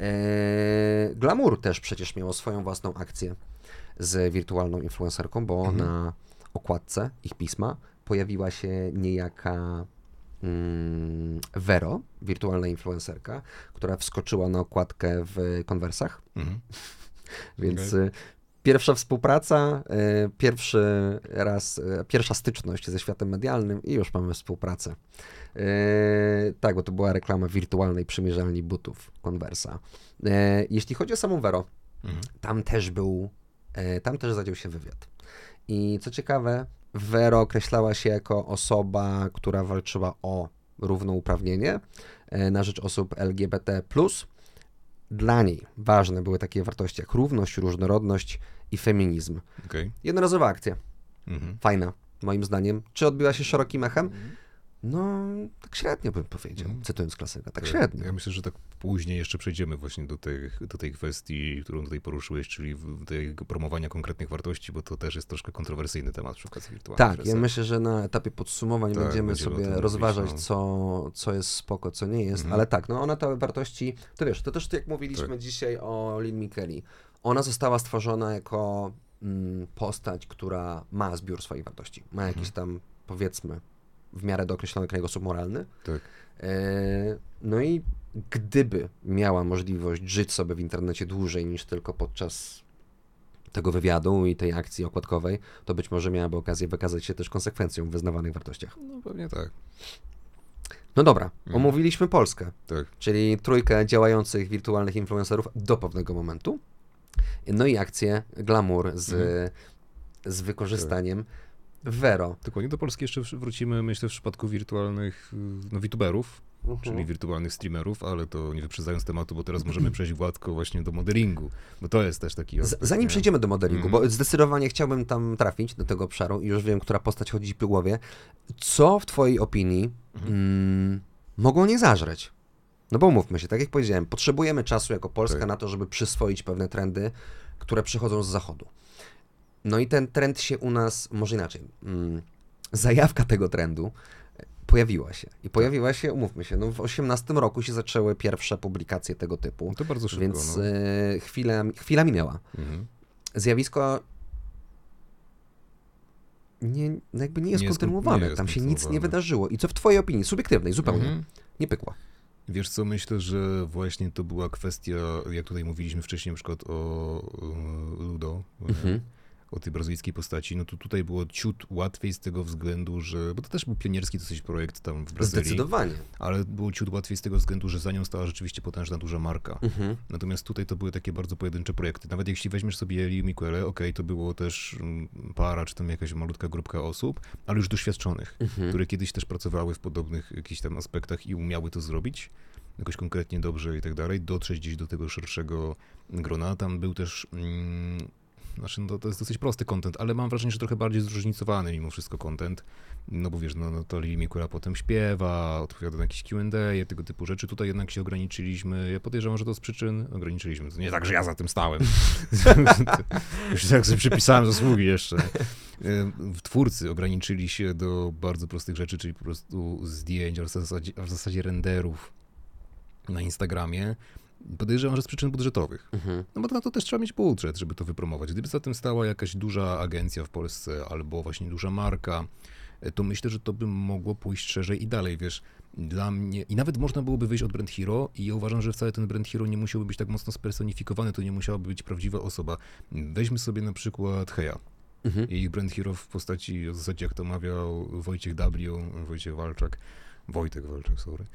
Glamour też przecież miało swoją własną akcję z wirtualną influencerką, bo na okładce ich pisma pojawiła się niejaka Vero, wirtualna influencerka, która wskoczyła na okładkę w Conversach. Więc pierwsza współpraca, pierwsza styczność ze światem medialnym i już mamy współpracę. Tak, bo to była reklama wirtualnej przymierzalni butów Conversa. Jeśli chodzi o samą Vero, tam też zadział się wywiad. I co ciekawe, Vero określała się jako osoba, która walczyła o równouprawnienie na rzecz osób LGBT+. Dla niej ważne były takie wartości jak równość, różnorodność i feminizm. Jednorazowa akcja. Fajna, moim zdaniem. Czy odbiła się szerokim echem? No, tak średnio bym powiedział, cytując klasyka, tak średnio. Ja myślę, że tak później jeszcze przejdziemy właśnie do tej kwestii, którą tutaj poruszyłeś, czyli tego promowania konkretnych wartości, bo to też jest troszkę kontrowersyjny temat przy okazji wirtualnej. Tak, ja myślę, że na etapie podsumowań będziemy sobie rozważać, co jest spoko, co nie jest, ale tak, no ona te wartości, to wiesz, to też jak mówiliśmy dzisiaj o Lynn Micheli, ona została stworzona jako postać, która ma zbiór swoich wartości, ma jakiś tam, powiedzmy, w miarę dookreślony kręgosłup moralny. Tak. No i gdyby miała możliwość żyć sobie w internecie dłużej niż tylko podczas tego wywiadu i tej akcji okładkowej, to być może miałaby okazję wykazać się też konsekwencją w wyznawanych wartościach. No pewnie tak. No dobra, omówiliśmy Polskę, Tak. czyli trójkę działających wirtualnych influencerów do pewnego momentu. No i akcję Glamour z wykorzystaniem Vero. Dokładnie do Polski jeszcze wrócimy, myślę, w przypadku wirtualnych VTuberów, czyli wirtualnych streamerów, ale to nie wyprzedzając tematu, bo teraz możemy przejść gładko właśnie do modelingu, bo to jest też taki aspekt, Zanim nie? przejdziemy do modelingu, bo zdecydowanie chciałbym tam trafić do tego obszaru i już wiem, która postać chodzi ci po głowie. Co w twojej opinii mogło nie zażreć? No bo umówmy się, tak jak powiedziałem, potrzebujemy czasu jako Polska na to, żeby przyswoić pewne trendy, które przychodzą z zachodu. No i ten trend się u nas, może inaczej, zajawka tego trendu pojawiła się. I pojawiła się, umówmy się, no w 2018 roku się zaczęły pierwsze publikacje tego typu. To bardzo szybko. Więc chwila minęła. Zjawisko nie jest kontynuowane. Tam się nic nie wydarzyło. I co w twojej opinii, subiektywnej, zupełnie, nie pykło? Wiesz co, myślę, że właśnie to była kwestia, jak tutaj mówiliśmy wcześniej na przykład o Ludo, o tej brazylijskiej postaci, no to tutaj było ciut łatwiej z tego względu, że, bo to też był pionierski dosyć projekt tam w Brazylii. Zdecydowanie. Ale było ciut łatwiej z tego względu, że za nią stała rzeczywiście potężna, duża marka. Natomiast tutaj to były takie bardzo pojedyncze projekty. Nawet jeśli weźmiesz sobie Liu Miquelę, to było też para, czy tam jakaś malutka grupka osób, ale już doświadczonych, które kiedyś też pracowały w podobnych jakichś tam aspektach i umiały to zrobić jakoś konkretnie dobrze i tak dalej, dotrzeć gdzieś do tego szerszego grona. Tam był też to jest dosyć prosty content, ale mam wrażenie, że trochę bardziej zróżnicowany mimo wszystko content, no bo wiesz, to Liu Miquela potem śpiewa, odpowiada na jakieś Q&A, tego typu rzeczy. Tutaj jednak się ograniczyliśmy, ja podejrzewam, że to z przyczyn ograniczyliśmy. To nie tak, że ja za tym stałem. Już tak sobie przypisałem zasługi jeszcze. Twórcy ograniczyli się do bardzo prostych rzeczy, czyli po prostu zdjęć, a w zasadzie renderów na Instagramie. Podejrzewam, że z przyczyn budżetowych. No bo na to też trzeba mieć budżet, żeby to wypromować. Gdyby za tym stała jakaś duża agencja w Polsce albo właśnie duża marka, to myślę, że to by mogło pójść szerzej i dalej, wiesz. Dla mnie, i nawet można byłoby wyjść od Brand Hero i ja uważam, że wcale ten Brand Hero nie musiałby być tak mocno spersonifikowany, to nie musiałaby być prawdziwa osoba. Weźmy sobie na przykład Heja. I ich Brand Hero w postaci, w zasadzie jak to mawiał Wojciech Walczak, sorry.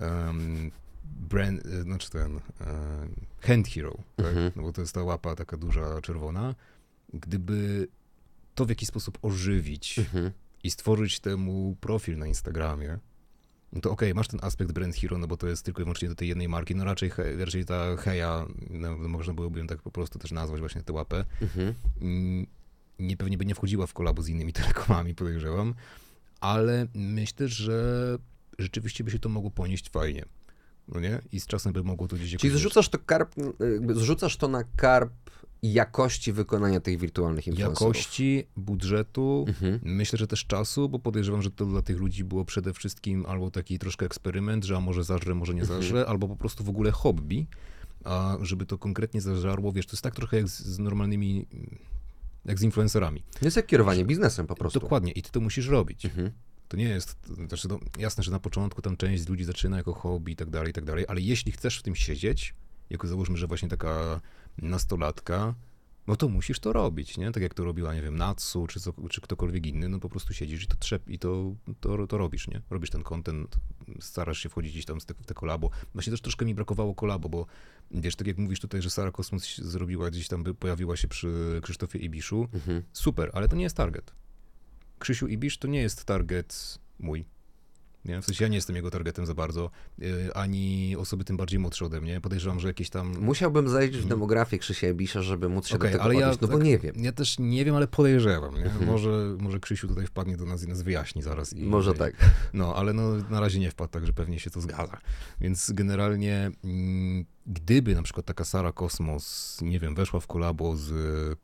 Hand Hero, tak? No bo to jest ta łapa taka duża, czerwona. Gdyby to w jakiś sposób ożywić i stworzyć temu profil na Instagramie, no to masz ten aspekt Brand Hero, no bo to jest tylko i wyłącznie do tej jednej marki, no raczej ta Heja, no można byłoby ją tak po prostu też nazwać właśnie tę łapę. Pewnie by nie wchodziła w kolabo z innymi telekomami, podejrzewam, ale myślę, że rzeczywiście by się to mogło ponieść fajnie. No nie? I z czasem by mogło to gdzieś... Czyli zrzucasz to na karb jakości wykonania tych wirtualnych influencerów. Jakości, budżetu, myślę, że też czasu, bo podejrzewam, że to dla tych ludzi było przede wszystkim albo taki troszkę eksperyment, że a może zażrę, może nie zażrę, albo po prostu w ogóle hobby, a żeby to konkretnie zażarło, wiesz, to jest tak trochę jak z normalnymi, jak z influencerami. To jest jak kierowanie biznesem po prostu. Dokładnie i ty to musisz robić. To nie jest, znaczy jasne, że na początku tam część z ludzi zaczyna jako hobby i tak dalej, ale jeśli chcesz w tym siedzieć, jako załóżmy, że właśnie taka nastolatka, no to musisz to robić, nie? Tak jak to robiła, nie wiem, Natsu, czy ktokolwiek inny, no po prostu siedzisz i to robisz, nie? Robisz ten content, starasz się wchodzić gdzieś tam w te kolabo. Właśnie też troszkę mi brakowało kolabo, bo wiesz, tak jak mówisz tutaj, że Sara Kosmos zrobiła gdzieś tam, pojawiła się przy Krzysztofie Ibiszu, super, ale to nie jest target. Krzysiu Ibisz to nie jest target mój. Nie? W sensie ja nie jestem jego targetem za bardzo, ani osoby tym bardziej młodsze ode mnie. Podejrzewam, że jakieś tam... Musiałbym zajrzeć w demografię Krzysia Ibisza, żeby móc się do tego odnieść, bo nie wiem. Ja też nie wiem, ale podejrzewam. Nie? Może Krzysiu tutaj wpadnie do nas i nas wyjaśni zaraz. Może tak. No, ale na razie nie wpadł, także pewnie się to zgadza. Więc generalnie, gdyby na przykład taka Sara Kosmos, nie wiem, weszła w kolabo z...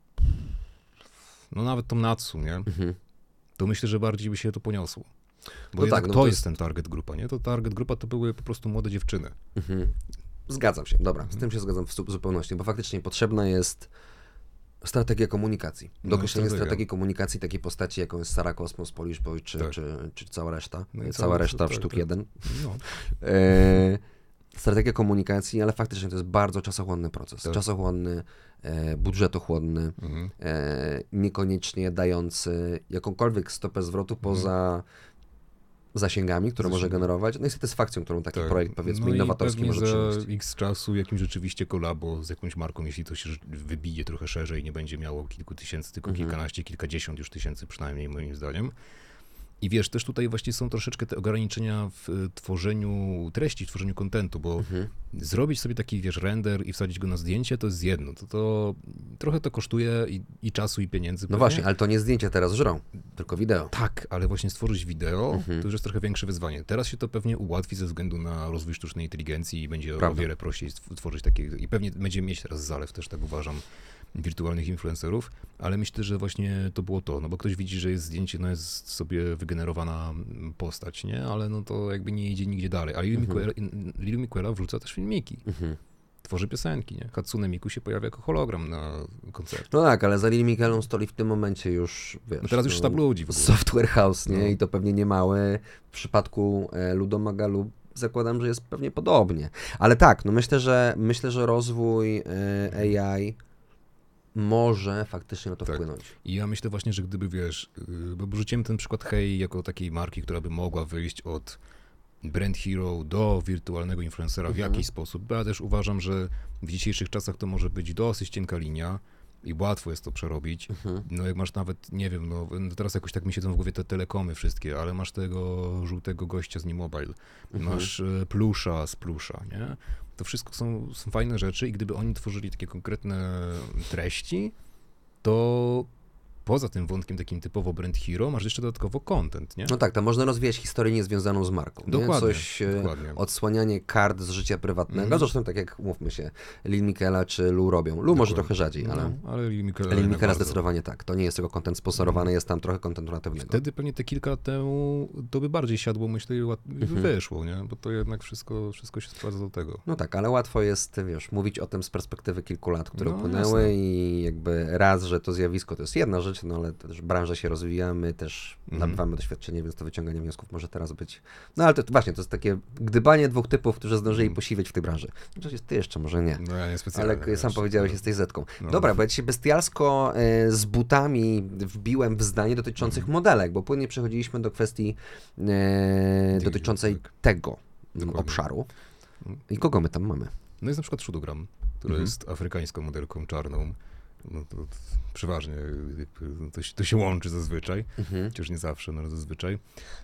No nawet tą Natsu, nie? To myślę, że bardziej by się to poniosło. Bo to jest ten target grupa, nie? To target grupa to były po prostu młode dziewczyny. Zgadzam się, dobra, z tym się zgadzam w zupełności, bo faktycznie potrzebna jest strategia komunikacji. Do określenia strategii komunikacji takiej postaci, jaką jest Sara Kosmos, Polish Boy, czy cała reszta. No cała reszta w sztuk jeden. No. Strategia komunikacji, ale faktycznie to jest bardzo czasochłonny proces. Tak. Czasochłonny, budżetochłonny, niekoniecznie dający jakąkolwiek stopę zwrotu poza zasięgami, które może generować, no i satysfakcją, którą taki projekt, powiedzmy, innowatorski może przynieść. Za x czasu jakimś rzeczywiście kolabo z jakąś marką, jeśli to się wybije trochę szerzej, nie będzie miało kilku tysięcy, tylko kilkanaście, kilkadziesiąt już tysięcy przynajmniej, moim zdaniem. I wiesz, też tutaj właśnie są troszeczkę te ograniczenia w tworzeniu treści, w tworzeniu kontentu, bo zrobić sobie taki, wiesz, render i wsadzić go na zdjęcie, to jest jedno. To trochę to kosztuje i czasu, i pieniędzy. No właśnie, ale to nie zdjęcia teraz żrą, tylko wideo. Tak, ale właśnie stworzyć wideo to już jest trochę większe wyzwanie. Teraz się to pewnie ułatwi ze względu na rozwój sztucznej inteligencji i będzie o wiele prościej stworzyć takie, i pewnie będziemy mieć teraz zalew, też tak uważam, wirtualnych influencerów, ale myślę, że właśnie to było to, no bo ktoś widzi, że jest zdjęcie, no jest sobie wygenerowana postać, nie? Ale no to jakby nie idzie nigdzie dalej. A Lil Miquela wrzuca też filmiki. Tworzy piosenki, nie? Hatsune Miku się pojawia jako hologram na koncercie. No tak, ale za Lil Miquelą stoi w tym momencie już, wiesz... No teraz już sztab ludzi w ogóle. Software house, nie? I to pewnie nie mały. W przypadku Ludomagalu zakładam, że jest pewnie podobnie. Ale tak, no myślę, że rozwój AI może faktycznie na to wpłynąć. I ja myślę właśnie, że gdyby, wiesz, bo wrzuciłem ten przykład Hej jako takiej marki, która by mogła wyjść od brand hero do wirtualnego influencera w jakiś sposób, bo ja też uważam, że w dzisiejszych czasach to może być dosyć cienka linia i łatwo jest to przerobić. No jak masz nawet, nie wiem, no teraz jakoś tak mi siedzą w głowie te telekomy wszystkie, ale masz tego żółtego gościa z T-Mobile, masz plusza z plusza, nie? To wszystko są fajne rzeczy i gdyby oni tworzyli takie konkretne treści, to poza tym wątkiem takim typowo brand hero, masz jeszcze dodatkowo content, nie? No tak, to można rozwijać historię niezwiązaną z marką. Dokładnie. Coś, odsłanianie kart z życia prywatnego, zresztą tak jak, umówmy się, Lil Miquela czy Lu robią. Lu może trochę rzadziej, ale Lil Miquela zdecydowanie tak. To nie jest tylko content sponsorowany, jest tam trochę contentu natywnego. Wtedy pewnie te kilka temu to by bardziej siadło, myślę, i wyszło, nie? Bo to jednak wszystko się sprawdza do tego. No tak, ale łatwo jest, wiesz, mówić o tym z perspektywy kilku lat, które upłynęły i jakby raz, że to zjawisko to jest jedna rzecz, no ale też branża się rozwija, my też nabywamy doświadczenie, więc to wyciąganie wniosków może teraz być. No ale to właśnie, to jest takie gdybanie dwóch typów, którzy zdążyli posiwieć w tej branży. Oczywiście ty jeszcze może nie. No ja nie specjalnie. Ale sam powiedziałeś, jesteś zetką. Dobra, bo ja ci bestialsko z butami wbiłem w zdanie dotyczących modelek, bo płynnie przechodziliśmy do kwestii dotyczącej tego obszaru. I kogo my tam mamy? No jest na przykład Shudogram, która jest afrykańską modelką czarną. No to przeważnie to się łączy zazwyczaj, chociaż nie zawsze, no ale zazwyczaj.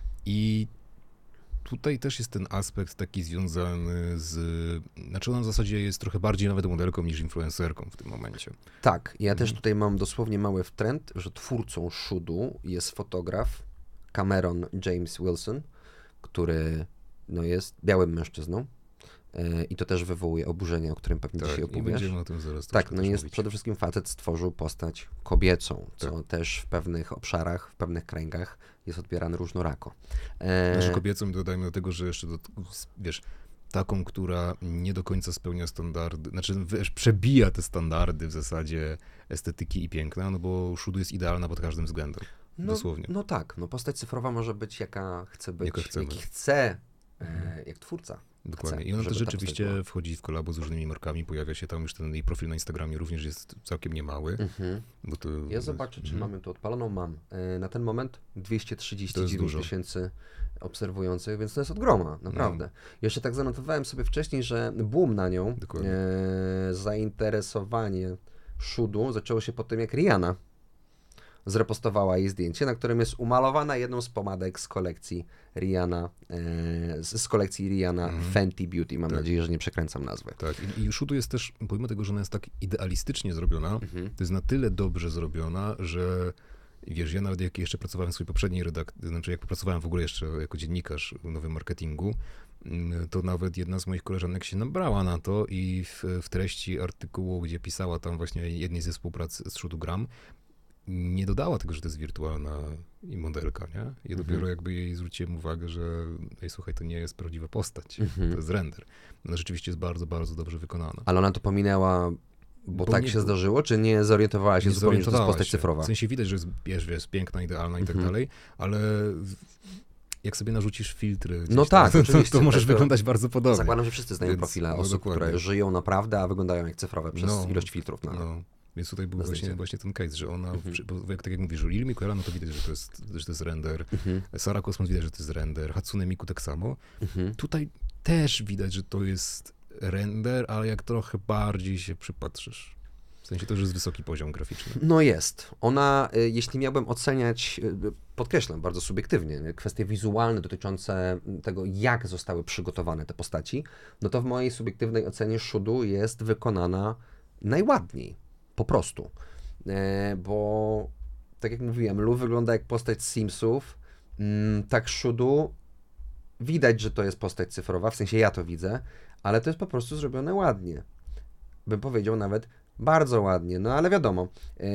I tutaj też jest ten aspekt taki związany znaczy ona w zasadzie jest trochę bardziej nawet modelką niż influencerką w tym momencie. Tak, ja też tutaj mam dosłownie mały wtręt, że twórcą Shudu jest fotograf Cameron James Wilson, który jest białym mężczyzną. I to też wywołuje oburzenie, o którym pewnie dzisiaj opowiesz. I będziemy o tym zaraz tak, no jest mówić. Przede wszystkim facet stworzył postać kobiecą, co też w pewnych obszarach, w pewnych kręgach jest odbierane różnorako. Znaczy kobiecą dodajmy do tego, że jeszcze, wiesz, taką, która nie do końca spełnia standardy, znaczy wiesz, przebija te standardy w zasadzie estetyki i piękna, no bo Shudu jest idealna pod każdym względem, dosłownie. No tak, postać cyfrowa może być jaka chce być, jaki chce, jak twórca. Dokładnie. I ona też rzeczywiście wchodzi w kolabo z różnymi markami, pojawia się tam już ten jej profil na Instagramie również jest całkiem niemały. Bo to ja zobaczę, czy mamy to odpaloną. Mam. Na ten moment 239 tysięcy obserwujących, więc to jest od groma, naprawdę. Jeszcze tak zanotowałem sobie wcześniej, że boom na nią, zainteresowanie Shudu zaczęło się po tym, jak Rihanna zrepostowała jej zdjęcie, na którym jest umalowana jedną z pomadek z kolekcji Rihanna, Fenty Beauty. Mam nadzieję, że nie przekręcam nazwy. Tak, i Shudu jest też, pomimo tego, że ona jest tak idealistycznie zrobiona, to jest na tyle dobrze zrobiona, że wiesz, ja nawet jak jeszcze pracowałem w swojej poprzedniej redakcji, znaczy jak pracowałem w ogóle jeszcze jako dziennikarz w nowym marketingu, to nawet jedna z moich koleżanek się nabrała na to i w treści artykułu, gdzie pisała tam właśnie jednej ze współprac z Shudogram, nie dodała tego, że to jest wirtualna i modelka, nie? I dopiero jakby jej zwróciłem uwagę, że słuchaj, to nie jest prawdziwa postać, to jest render. Ona rzeczywiście jest bardzo, bardzo dobrze wykonana. Ale ona to pominęła, bo tak się zdarzyło, czy nie zorientowała się zupełnie, że to jest postać cyfrowa? W sensie widać, że jest piękna, idealna i tak dalej, ale jak sobie narzucisz filtry, to możesz wyglądać bardzo podobnie. Zakładam, że wszyscy znają profile osób, które żyją naprawdę, a wyglądają jak cyfrowe przez ilość filtrów. Więc tutaj był na właśnie zdjęciach. ten case, że ona, bo tak jak mówisz, że Lil Miquela, no to widać, że to jest render. Sarah Cosmos widać, że to jest render. Hatsune Miku tak samo. Tutaj też widać, że to jest render, ale jak trochę bardziej się przypatrzysz. W sensie to, że jest wysoki poziom graficzny. No jest. Ona, jeśli miałbym oceniać, podkreślam bardzo subiektywnie, kwestie wizualne dotyczące tego, jak zostały przygotowane te postaci, no to w mojej subiektywnej ocenie Shudu jest wykonana najładniej. Po prostu. Bo tak jak mówiłem, Lu wygląda jak postać z Simsów, tak Shudu widać, że to jest postać cyfrowa, w sensie ja to widzę, ale to jest po prostu zrobione ładnie. Bym powiedział nawet bardzo ładnie, no ale wiadomo,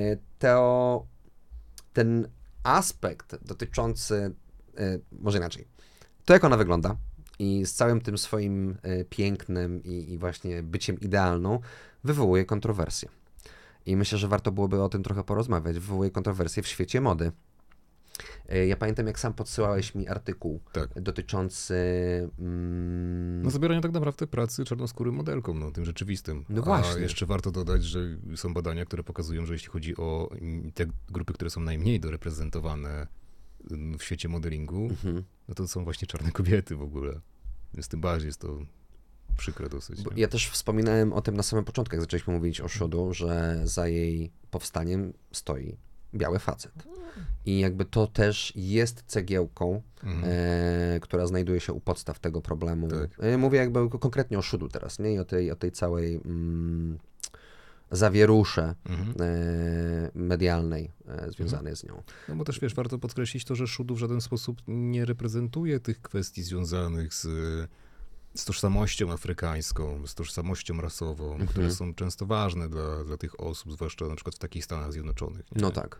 ten aspekt dotyczący, może inaczej, to jak ona wygląda i z całym tym swoim pięknem i właśnie byciem idealną wywołuje kontrowersje. I myślę, że warto byłoby o tym trochę porozmawiać. Wywołuje kontrowersje w świecie mody. Ja pamiętam, jak sam podsyłałeś mi artykuł dotyczący... No zabierania tak naprawdę pracy czarnoskórym modelkom, no tym rzeczywistym. No właśnie. A jeszcze warto dodać, że są badania, które pokazują, że jeśli chodzi o te grupy, które są najmniej doreprezentowane w świecie modelingu, no to są właśnie czarne kobiety w ogóle. Więc tym bardziej jest to przykre dosyć. Ja też wspominałem o tym na samym początku, jak zaczęliśmy mówić o Shudu, że za jej powstaniem stoi biały facet. I jakby to też jest cegiełką, która znajduje się u podstaw tego problemu. Tak. Mówię jakby konkretnie o Shudu teraz, nie? I o tej całej zawierusze medialnej związanej z nią. No bo też wiesz, warto podkreślić to, że Shudu w żaden sposób nie reprezentuje tych kwestii związanych z tożsamością afrykańską, z tożsamością rasową, które są często ważne dla tych osób, zwłaszcza na przykład w takich Stanach Zjednoczonych. Nie? No tak.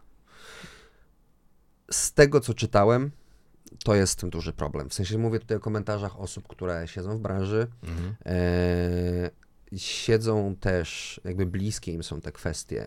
Z tego, co czytałem, to jest z tym duży problem. W sensie mówię tutaj o komentarzach osób, które siedzą w branży, siedzą też, jakby bliskie im są te kwestie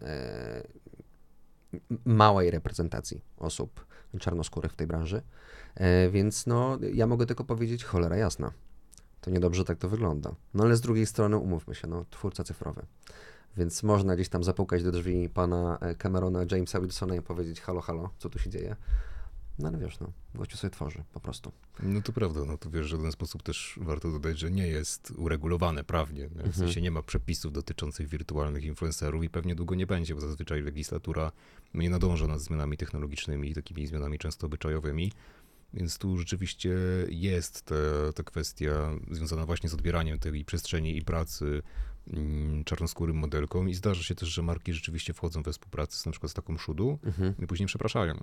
małej reprezentacji osób czarnoskórych w tej branży, więc no, ja mogę tylko powiedzieć, cholera jasna, to niedobrze tak to wygląda. No ale z drugiej strony, umówmy się, no, twórca cyfrowy. Więc można gdzieś tam zapukać do drzwi pana Camerona, Jamesa Wilsona i powiedzieć halo, halo, co tu się dzieje? No ale wiesz, no, gościu sobie tworzy, po prostu. No to prawda, no to wiesz, że w żaden sposób też warto dodać, że nie jest uregulowane prawnie. W sensie nie ma przepisów dotyczących wirtualnych influencerów i pewnie długo nie będzie, bo zazwyczaj legislatura nie nadąża nad zmianami technologicznymi i takimi zmianami często obyczajowymi. Więc tu rzeczywiście jest ta kwestia związana właśnie z odbieraniem tej przestrzeni i pracy czarnoskórym modelkom i zdarza się też, że marki rzeczywiście wchodzą we współpracę na przykład z taką Shudu i później przepraszają.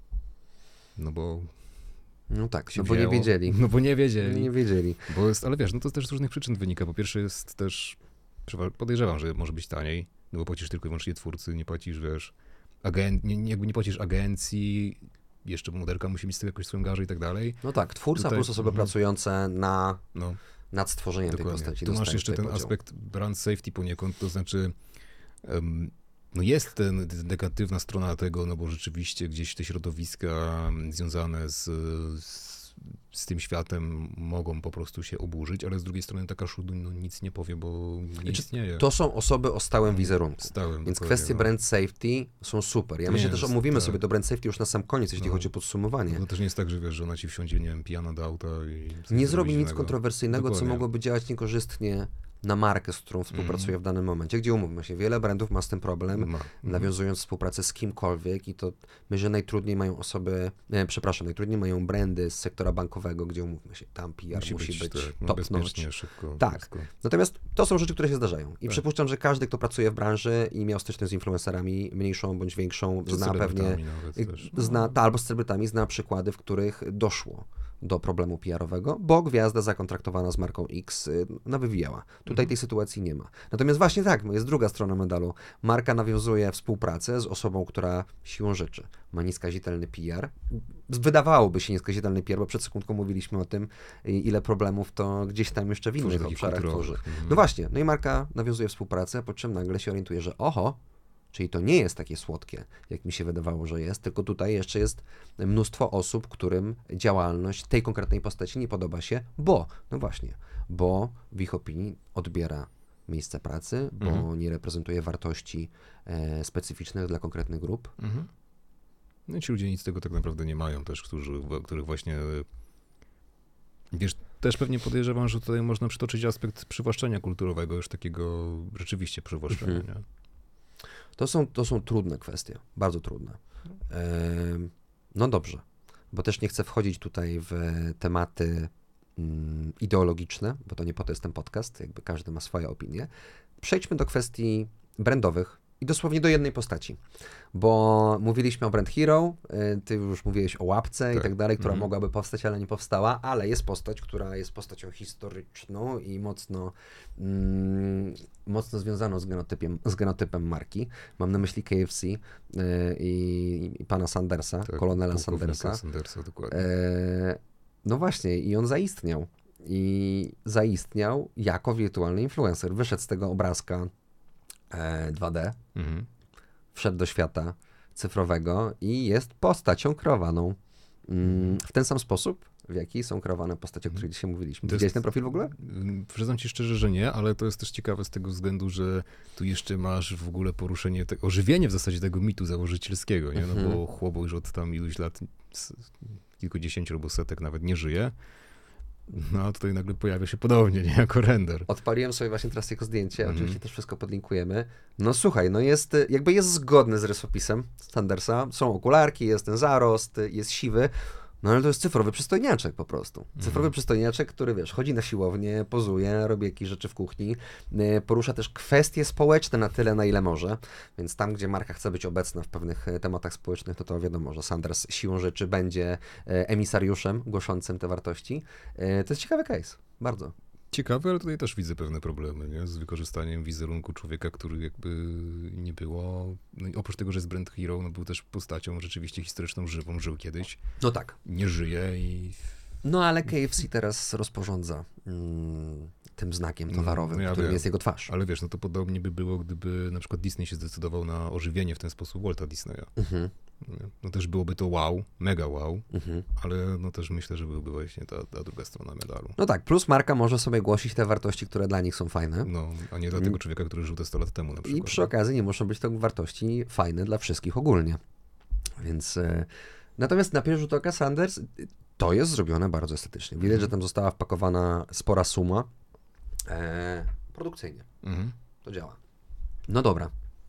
No bo... No tak, no bo nie wiedzieli. No bo nie wiedzieli. Nie wiedzieli. Bo jest, ale wiesz, no to też z różnych przyczyn wynika. Po pierwsze jest też, podejrzewam, że może być taniej, no bo płacisz tylko i wyłącznie twórcy, nie płacisz, wiesz, jakby nie płacisz agencji, jeszcze modelka musi mieć z tego jakoś swoją garzę i tak dalej. No tak, twórca tutaj, plus osoby pracujące nad stworzeniem dokładnie. tej postaci. Tu masz jeszcze ten aspekt brand safety poniekąd, to znaczy no jest ten negatywna strona tego, no bo rzeczywiście gdzieś te środowiska związane z tym światem mogą po prostu się oburzyć, ale z drugiej strony taka Shudu no nic nie powie, bo nie istnieje. To są osoby o stałym wizerunku. Więc kwestie brand safety są super. Ja myślę też, omówimy sobie to brand safety już na sam koniec, jeśli chodzi o podsumowanie. No to też nie jest tak, że wiesz, że ona ci wsiądzie, nie wiem, pijana do auta i... Nie zrobi nic kontrowersyjnego, co mogłoby działać niekorzystnie na markę, z którą współpracuje w danym momencie, gdzie umówmy się, wiele brandów ma z tym problem, nawiązując współpracę z kimkolwiek i to myślę, że najtrudniej mają najtrudniej mają brandy z sektora bankowego, gdzie umówmy się, tam PR musi być top-notch. Szybko. Tak. Blisko. Natomiast to są rzeczy, które się zdarzają i przypuszczam, że każdy, kto pracuje w branży i miał styczność z influencerami, mniejszą bądź większą, zna pewnie, albo z celebrytami, zna przykłady, w których doszło do problemu PR-owego, bo gwiazda zakontraktowana z marką X wywijała. Tutaj tej sytuacji nie ma. Natomiast właśnie tak, jest druga strona medalu. Marka nawiązuje współpracę z osobą, która siłą rzeczy ma nieskazitelny PR. Wydawałoby się nieskazitelny PR, bo przed sekundką mówiliśmy o tym, ile problemów to gdzieś tam jeszcze w innych obszarach tworzy. No właśnie, no i marka nawiązuje współpracę, po czym nagle się orientuje, że oho, czyli to nie jest takie słodkie, jak mi się wydawało, że jest, tylko tutaj jeszcze jest mnóstwo osób, którym działalność tej konkretnej postaci nie podoba się, bo w ich opinii odbiera miejsce pracy, bo nie reprezentuje wartości specyficznych dla konkretnych grup. No i ci ludzie nic z tego tak naprawdę nie mają też, których właśnie, wiesz, też pewnie podejrzewam, że tutaj można przytoczyć aspekt przywłaszczenia kulturowego, już takiego rzeczywiście przywłaszczenia, nie? To są trudne kwestie, bardzo trudne. No dobrze, bo też nie chcę wchodzić tutaj w tematy ideologiczne, bo to nie po to jest ten podcast, jakby każdy ma swoje opinie. Przejdźmy do kwestii brandowych i dosłownie do jednej postaci, bo mówiliśmy o Brand Hero, ty już mówiłeś o łapce i tak dalej, która mogłaby powstać, ale nie powstała, ale jest postać, która jest postacią historyczną i mocno związaną z genotypem marki. Mam na myśli KFC i pana Sandersa, Tak, kolonela Sandersa. Dokładnie. No właśnie, i on zaistniał. I zaistniał jako wirtualny influencer. Wyszedł z tego obrazka 2D, wszedł do świata cyfrowego i jest postacią kreowaną w ten sam sposób, w jaki są kreowane postacie, o których dzisiaj mówiliśmy. Widziałeś ten profil w ogóle? Przyznam ci szczerze, że nie, ale to jest też ciekawe z tego względu, że tu jeszcze masz w ogóle poruszenie, ożywienie w zasadzie tego mitu założycielskiego, nie? No bo chłopak już od tam iluś lat, kilkudziesięciu albo setek nawet nie żyje. No a tutaj nagle pojawia się podobnie, nie? Jako render. Odpaliłem sobie właśnie teraz jego zdjęcie, oczywiście też wszystko podlinkujemy. No słuchaj, no jest zgodny z rysopisem Sandersa. Są okularki, jest ten zarost, jest siwy. No ale to jest cyfrowy przystojniaczek po prostu. Cyfrowy przystojniaczek, który wiesz, chodzi na siłownię, pozuje, robi jakieś rzeczy w kuchni, porusza też kwestie społeczne na tyle, na ile może, więc tam, gdzie marka chce być obecna w pewnych tematach społecznych, no to wiadomo, że Sanders siłą rzeczy będzie emisariuszem głoszącym te wartości. To jest ciekawy case, bardzo. Ciekawe, ale tutaj też widzę pewne problemy, nie? Z wykorzystaniem wizerunku człowieka, który jakby nie było. No i oprócz tego, że jest brand hero, no był też postacią rzeczywiście historyczną, żywą, żył kiedyś. No tak. Nie żyje i... No ale KFC teraz rozporządza tym znakiem towarowym, którym jest jego twarz. Ale wiesz, no to podobnie by było, gdyby na przykład Disney się zdecydował na ożywienie w ten sposób Walta Disneya. No też byłoby to wow, mega wow, ale no też myślę, że byłby właśnie ta druga strona medalu. No tak, plus marka może sobie głosić te wartości, które dla nich są fajne. No, a nie dla tego człowieka, który żył te 100 lat temu na przykład. I przy okazji nie muszą być to wartości fajne dla wszystkich ogólnie. Więc natomiast na pierwszy rzut oka Sanders to jest zrobione bardzo estetycznie. Widać, że tam została wpakowana spora suma produkcyjnie. To działa. No dobra.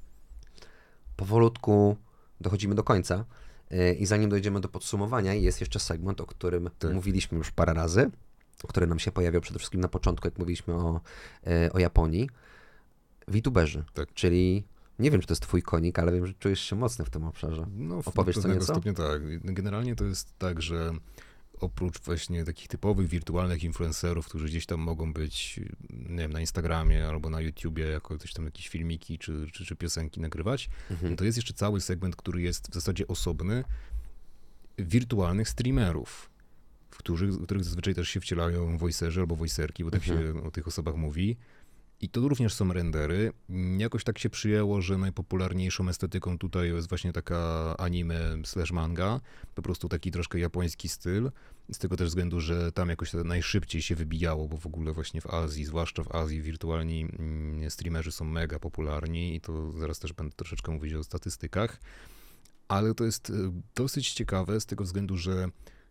Powolutku dochodzimy do końca i zanim dojdziemy do podsumowania, jest jeszcze segment, o którym mówiliśmy już parę razy, który nam się pojawiał przede wszystkim na początku, jak mówiliśmy o Japonii. VTuberzy, czyli nie wiem, czy to jest twój konik, ale wiem, że czujesz się mocny w tym obszarze. No, opowiesz co nieco? Stopniu tak. Generalnie to jest tak, że oprócz właśnie takich typowych wirtualnych influencerów, którzy gdzieś tam mogą być, nie wiem, na Instagramie albo na YouTubie, jako coś tam jakieś filmiki czy piosenki nagrywać, to jest jeszcze cały segment, który jest w zasadzie osobny, wirtualnych streamerów, w których zazwyczaj też się wcielają voicerzy albo voicerki, bo tak się o tych osobach mówi. I to również są rendery. Jakoś tak się przyjęło, że najpopularniejszą estetyką tutaj jest właśnie taka anime / manga. Po prostu taki troszkę japoński styl. Z tego też względu, że tam jakoś to najszybciej się wybijało, bo w ogóle właśnie w Azji, zwłaszcza w Azji, wirtualni streamerzy są mega popularni i to zaraz też będę troszeczkę mówić o statystykach. Ale to jest dosyć ciekawe z tego względu, że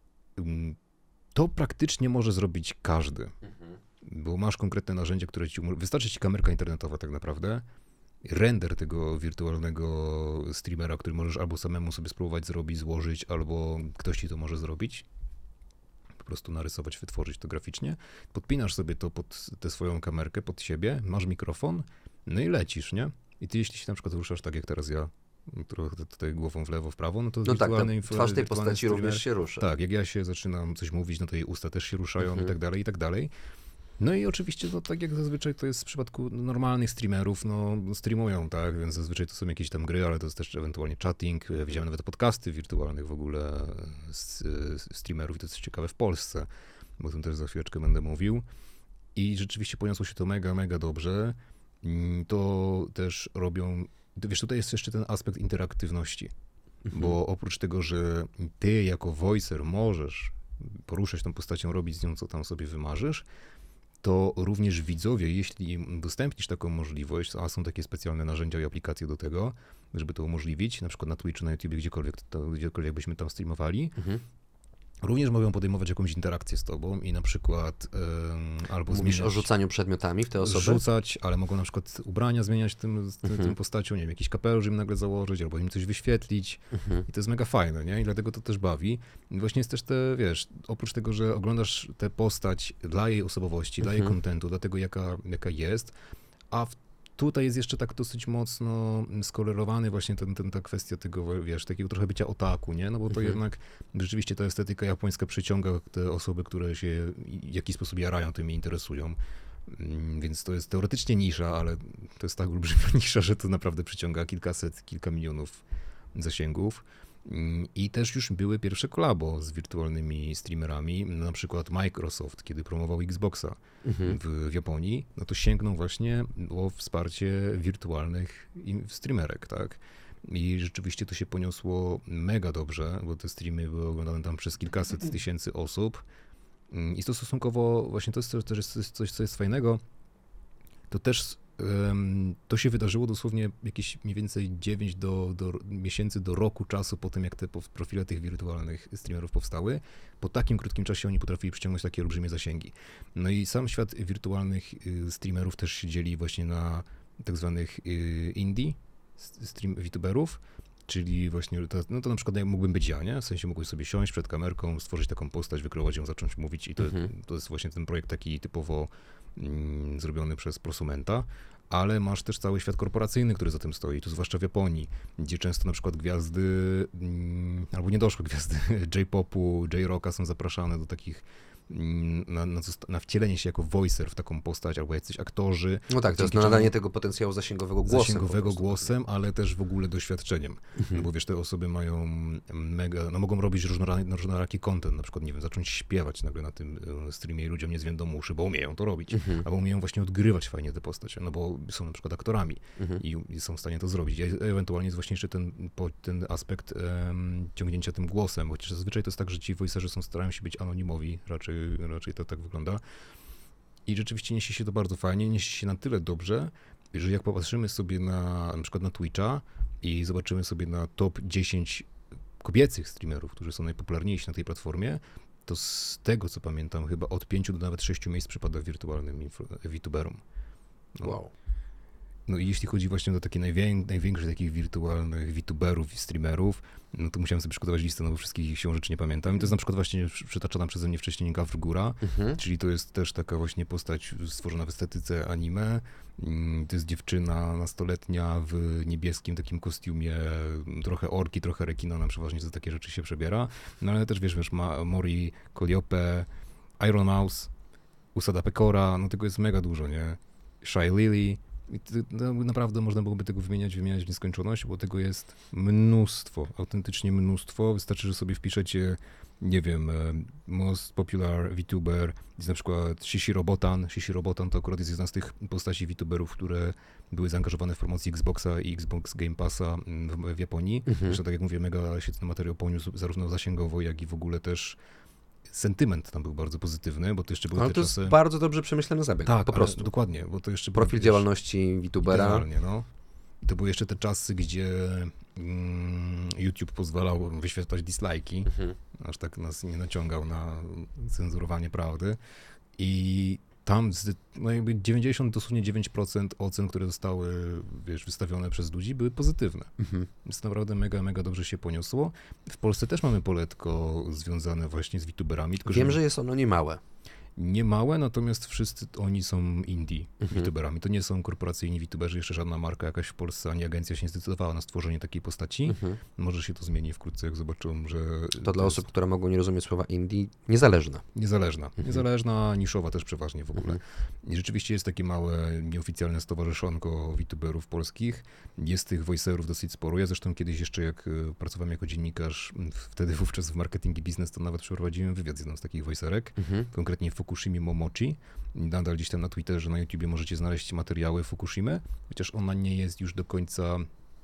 to praktycznie może zrobić każdy. Bo masz konkretne narzędzie, które wystarczy ci kamerka internetowa tak naprawdę, render tego wirtualnego streamera, który możesz albo samemu sobie spróbować zrobić, złożyć, albo ktoś ci to może zrobić, po prostu narysować, wytworzyć to graficznie, podpinasz sobie to pod tę swoją kamerkę, pod siebie, masz mikrofon, no i lecisz, nie? I ty jeśli się na przykład ruszasz tak jak teraz ja, trochę tutaj głową w lewo, w prawo, no to wirtualny twarz tej postaci streamer, również się rusza. Tak, jak ja się zaczynam coś mówić, no to jej usta też się ruszają i tak dalej, i tak dalej. No i oczywiście, no tak jak zazwyczaj to jest w przypadku normalnych streamerów, no streamują, tak, więc zazwyczaj to są jakieś tam gry, ale to jest też ewentualnie chatting, widziałem nawet podcasty wirtualnych w ogóle streamerów i to jest ciekawe w Polsce, bo o tym też za chwileczkę będę mówił i rzeczywiście poniosło się to mega, mega dobrze, to też robią, wiesz, tutaj jest jeszcze ten aspekt interaktywności, bo oprócz tego, że ty jako voicer możesz poruszać tą postacią, robić z nią, co tam sobie wymarzysz, to również widzowie, jeśli udostępnisz taką możliwość, a są takie specjalne narzędzia i aplikacje do tego, żeby to umożliwić, na przykład na Twitchu, na YouTube, gdziekolwiek byśmy tam streamowali, również mogą podejmować jakąś interakcję z tobą i na przykład albo Mówisz zmieniać, o rzucaniu przedmiotami w te osoby? rzucać, ale mogą na przykład ubrania zmieniać tym postacią, nie wiem, jakiś kapelusz im nagle założyć, albo im coś wyświetlić i to jest mega fajne, nie? I dlatego to też bawi. I właśnie jest też te, wiesz, oprócz tego, że oglądasz tę postać dla jej osobowości, dla jej kontentu, dla tego, jaka jest, a tutaj jest jeszcze tak dosyć mocno skorelowany właśnie ta kwestia tego, wiesz, takiego trochę bycia otaku, nie? No bo to jednak rzeczywiście ta estetyka japońska przyciąga te osoby, które się w jakiś sposób jarają tym i interesują. Więc to jest teoretycznie nisza, ale to jest tak olbrzymia nisza, że to naprawdę przyciąga kilkaset, kilka milionów zasięgów. I też już były pierwsze kolabo z wirtualnymi streamerami, na przykład Microsoft, kiedy promował Xboxa w Japonii, no to sięgnął właśnie o wsparcie wirtualnych streamerek, tak? I rzeczywiście to się poniosło mega dobrze, bo te streamy były oglądane tam przez kilkaset tysięcy osób i to stosunkowo, właśnie to jest coś, co jest fajnego, to też to się wydarzyło dosłownie jakieś mniej więcej 9 miesięcy do roku czasu po tym, jak te profile tych wirtualnych streamerów powstały. Po takim krótkim czasie oni potrafili przyciągnąć takie olbrzymie zasięgi. No i sam świat wirtualnych streamerów też się dzieli właśnie na tak zwanych indie VTuberów, czyli właśnie, no to na przykład mógłbym być ja, nie? W sensie mógłbym sobie siąść przed kamerką, stworzyć taką postać, wykreować ją, zacząć mówić i to jest właśnie ten projekt taki typowo zrobiony przez prosumenta, ale masz też cały świat korporacyjny, który za tym stoi, tu zwłaszcza w Japonii, gdzie często na przykład gwiazdy, albo niedoszłe gwiazdy J-popu, J-rocka są zapraszane do takich na wcielenie się jako voicer w taką postać, albo jacyś aktorzy. No tak, to jest nadanie tego potencjału zasięgowego głosem. Zasięgowego głosem, ale też w ogóle doświadczeniem. No bo wiesz, te osoby mają mega, no mogą robić różnoraki content, na przykład, nie wiem, zacząć śpiewać nagle na tym streamie i ludziom nie zwiędą uszy, bo umieją to robić, albo umieją właśnie odgrywać fajnie te postacie, no bo są na przykład aktorami i są w stanie to zrobić. I ewentualnie jest właśnie jeszcze ten aspekt ciągnięcia tym głosem, chociaż zazwyczaj to jest tak, że ci voicerzy starają się być anonimowi, raczej to tak wygląda. I rzeczywiście niesie się to bardzo fajnie, niesie się na tyle dobrze, że jak popatrzymy sobie na przykład na Twitcha i zobaczymy sobie na top 10 kobiecych streamerów, którzy są najpopularniejsi na tej platformie, to z tego, co pamiętam, chyba od 5 do nawet 6 miejsc przypada wirtualnym VTuberom. No. Wow. No i jeśli chodzi właśnie o takie największych takich wirtualnych VTuberów i streamerów, no to musiałem sobie przygotować listę, no bo wszystkich siłą rzeczy nie pamiętam. I to jest na przykład właśnie przytaczana przeze mnie wcześniej Gafur-Gura, czyli to jest też taka właśnie postać stworzona w estetyce anime. To jest dziewczyna nastoletnia w niebieskim takim kostiumie, trochę orki, trochę rekina, ona przeważnie za takie rzeczy się przebiera. No ale też wiesz, Mori Calliope, Iron Mouse, Usada Pekora, no tego jest mega dużo, nie? Shy Lily. I no, naprawdę można byłoby tego wymieniać w nieskończoność, bo tego jest mnóstwo, autentycznie mnóstwo. Wystarczy, że sobie wpiszecie, nie wiem, most popular VTuber, jest na przykład Shishiro Botan. Shishiro Botan to akurat jest jedna z tych postaci VTuberów, które były zaangażowane w promocję Xboxa i Xbox Game Passa w Japonii. Zresztą, tak jak mówię, mega się ten materiał poniósł zarówno zasięgowo, jak i w ogóle też sentyment tam był bardzo pozytywny, bo to jeszcze były Ale te to czasy... jest bardzo dobrze przemyślany zabieg, tak, po prostu. Dokładnie, bo to jeszcze Profil działalności VTubera. Idealnie, no. I to były jeszcze te czasy, gdzie YouTube pozwalał wyświetlać dislike'i, aż tak nas nie naciągał na cenzurowanie prawdy. I tam no jakby 99% ocen, które zostały, wiesz, wystawione przez ludzi, były pozytywne. Więc naprawdę mega dobrze się poniosło. W Polsce też mamy poletko związane właśnie z VTuberami. Tylko Wiem, że jest ono niemałe. Niemałe, natomiast wszyscy oni są indie VTuberami. To nie są korporacyjni VTuberzy, jeszcze żadna marka jakaś w Polsce, ani agencja się nie zdecydowała na stworzenie takiej postaci. Może się to zmieni wkrótce, jak zobaczą, że... To dla osób, które mogą nie rozumieć słowa indie, niezależna. Niezależna, niszowa też przeważnie w ogóle. I rzeczywiście jest takie małe, nieoficjalne stowarzyszonko VTuberów polskich. Jest tych voicerów dosyć sporo. Ja zresztą kiedyś jeszcze, jak pracowałem jako dziennikarz, wówczas w marketing i biznes, to nawet przeprowadziłem wywiad z jedną z takich voicerek, konkretnie Fukushimi Momochi. Nadal gdzieś tam na Twitterze, na YouTubie możecie znaleźć materiały Fukushimy, chociaż ona nie jest już do końca...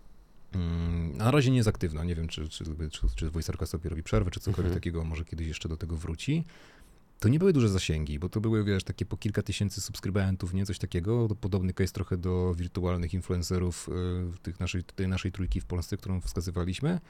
Na razie nie jest aktywna. Nie wiem, czy voicerka sobie robi przerwę, czy cokolwiek takiego, może kiedyś jeszcze do tego wróci. To nie były duże zasięgi, bo to były, wiesz, takie po kilka tysięcy subskrybentów, nie? Coś takiego. To podobny case trochę do wirtualnych influencerów tej naszej trójki w Polsce, którą wskazywaliśmy.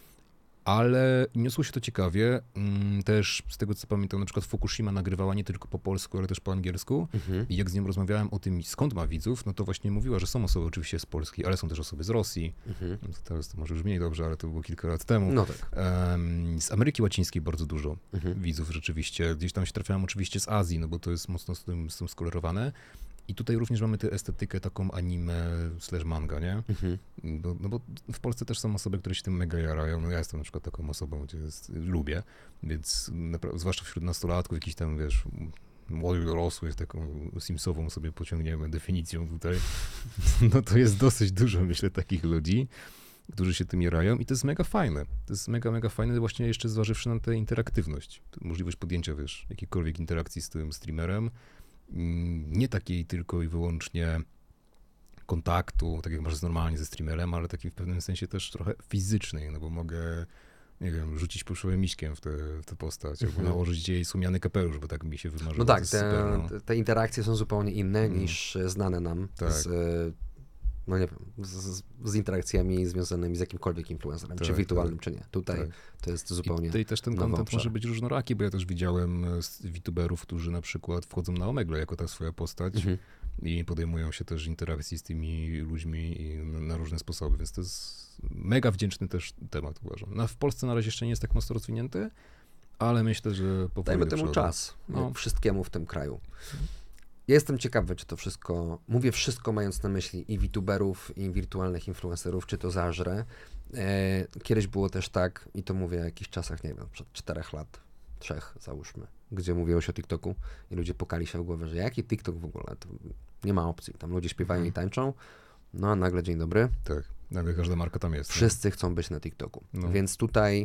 Ale niosło się to ciekawie. Też z tego, co pamiętam, na przykład Fukushima nagrywała nie tylko po polsku, ale też po angielsku. I jak z nią rozmawiałem o tym, skąd ma widzów, no to właśnie mówiła, że są osoby oczywiście z Polski, ale są też osoby z Rosji. Teraz to może już mniej dobrze, ale to było kilka lat temu. No tak. Z Ameryki Łacińskiej bardzo dużo widzów rzeczywiście. Gdzieś tam się trafiałem oczywiście z Azji, no bo to jest mocno z tym skorelowane. I tutaj również mamy tę estetykę taką anime / manga, nie? No bo w Polsce też są osoby, które się tym mega jarają. No ja jestem na przykład taką osobą, gdzie lubię, więc zwłaszcza wśród nastolatków, jakiś tam, wiesz, młodych dorosłych, taką simsową sobie pociągniemy definicją tutaj, no to jest dosyć dużo, myślę, takich ludzi, którzy się tym jarają i to jest mega fajne. To jest mega, mega fajne, właśnie jeszcze zważywszy na tę interaktywność, możliwość podjęcia, wiesz, jakiejkolwiek interakcji z tym streamerem, nie takiej tylko i wyłącznie kontaktu, tak jak masz normalnie ze streamerem, ale takiej w pewnym sensie też trochę fizycznej, no bo mogę, nie wiem, rzucić pluszowym miśkiem w tę postać, albo nałożyć jej słomiany kapelusz, bo tak mi się wymarzyło. No tak, te interakcje są zupełnie inne niż znane nam no nie wiem, z interakcjami związanymi z jakimkolwiek influencerem, czy wirtualnym, czy nie. Tutaj to jest zupełnie I tutaj też ten content może być różnoraki, bo ja też widziałem VTuberów, którzy na przykład wchodzą na Omegle jako ta swoja postać i podejmują się też interakcji z tymi ludźmi na różne sposoby, więc to jest mega wdzięczny też temat, uważam. No, w Polsce na razie jeszcze nie jest tak mocno rozwinięty, ale myślę, że powoli dajmy temu czas, wszystkiemu w tym kraju. Ja jestem ciekawy, czy to wszystko, mówię wszystko mając na myśli i VTuberów, i wirtualnych influencerów, czy to zażre. Kiedyś było też tak, i to mówię o jakichś czasach, nie wiem, przed 4 lat, 3 załóżmy, gdzie mówiło się o TikToku i ludzie pukali się w głowę, że jaki TikTok w ogóle, to nie ma opcji, tam ludzie śpiewają i tańczą, no a nagle dzień dobry. Tak, nagle każda marka tam jest. Wszyscy chcą być na TikToku, więc tutaj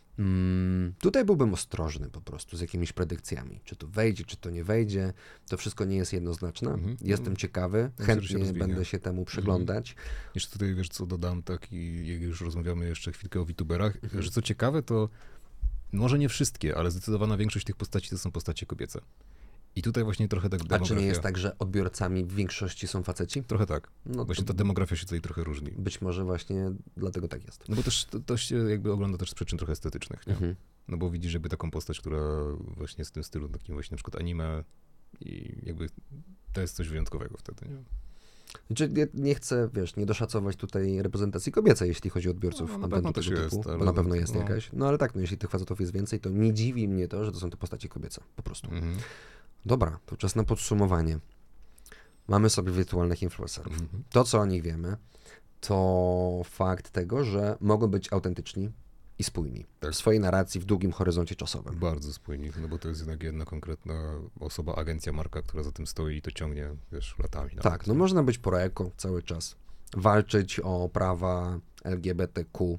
byłbym ostrożny po prostu z jakimiś predykcjami. Czy to wejdzie, czy to nie wejdzie. To wszystko nie jest jednoznaczne. Jestem ciekawy. Chętnie będę się temu przyglądać. Jeszcze tutaj, wiesz, co dodam, tak, i jak już rozmawiamy jeszcze chwilkę o VTuberach, że co ciekawe, to może nie wszystkie, ale zdecydowana większość tych postaci to są postacie kobiece. I tutaj właśnie trochę tak demografia... A czy nie jest tak, że odbiorcami w większości są faceci? Trochę tak. No właśnie ta demografia się tutaj trochę różni. Być może właśnie dlatego tak jest. No bo też to się jakby ogląda też z przyczyn trochę estetycznych, nie? No bo widzisz jakby taką postać, która właśnie jest w tym stylu takim właśnie na przykład anime i jakby to jest coś wyjątkowego wtedy, nie? Znaczy, nie chcę, wiesz, nie doszacować tutaj reprezentacji kobiecej, jeśli chodzi o odbiorców kontentu tego typu, bo na pewno jest jakaś. No ale tak, no jeśli tych facetów jest więcej, to nie dziwi mnie to, że to są te postacie kobiece, po prostu. Dobra, to czas na podsumowanie. Mamy sobie wirtualnych influencerów. To, co o nich wiemy, to fakt tego, że mogą być autentyczni i spójni w swojej narracji w długim horyzoncie czasowym. Bardzo spójni, no bo to jest jednak jedna konkretna osoba, agencja, marka, która za tym stoi i to ciągnie, wiesz, latami. Tak, no można być pro-eko cały czas, walczyć o prawa LGBTQ+,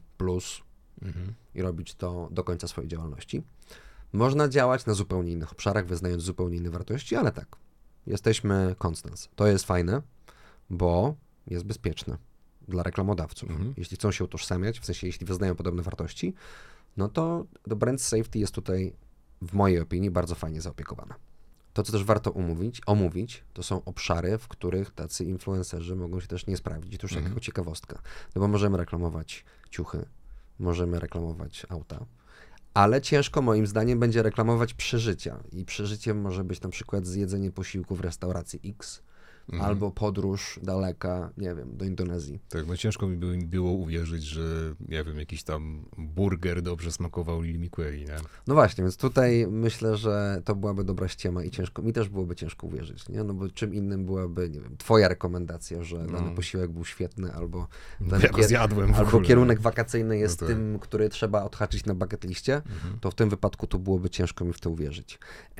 i robić to do końca swojej działalności. Można działać na zupełnie innych obszarach, wyznając zupełnie inne wartości, ale tak, jesteśmy Konstans. To jest fajne, bo jest bezpieczne dla reklamodawców. Jeśli chcą się utożsamiać, w sensie jeśli wyznają podobne wartości, no to brand safety jest tutaj, w mojej opinii, bardzo fajnie zaopiekowana. To, co też warto omówić, to są obszary, w których tacy influencerzy mogą się też nie sprawdzić. To już jako ciekawostka. No bo możemy reklamować ciuchy, możemy reklamować auta, ale ciężko moim zdaniem będzie reklamować przeżycia. I przeżyciem może być na przykład zjedzenie posiłku w restauracji X, albo podróż daleka, nie wiem, do Indonezji. Tak, no ciężko mi było uwierzyć, że, nie wiem, jakiś tam burger dobrze smakował Lil Miqueli, nie? No właśnie, więc tutaj myślę, że to byłaby dobra ściema i mi też byłoby ciężko uwierzyć, nie? No bo czym innym byłaby, nie wiem, twoja rekomendacja, że dany posiłek był świetny, albo kierunek wakacyjny jest tym, który trzeba odhaczyć na bucket liście, to w tym wypadku to byłoby ciężko mi w to uwierzyć.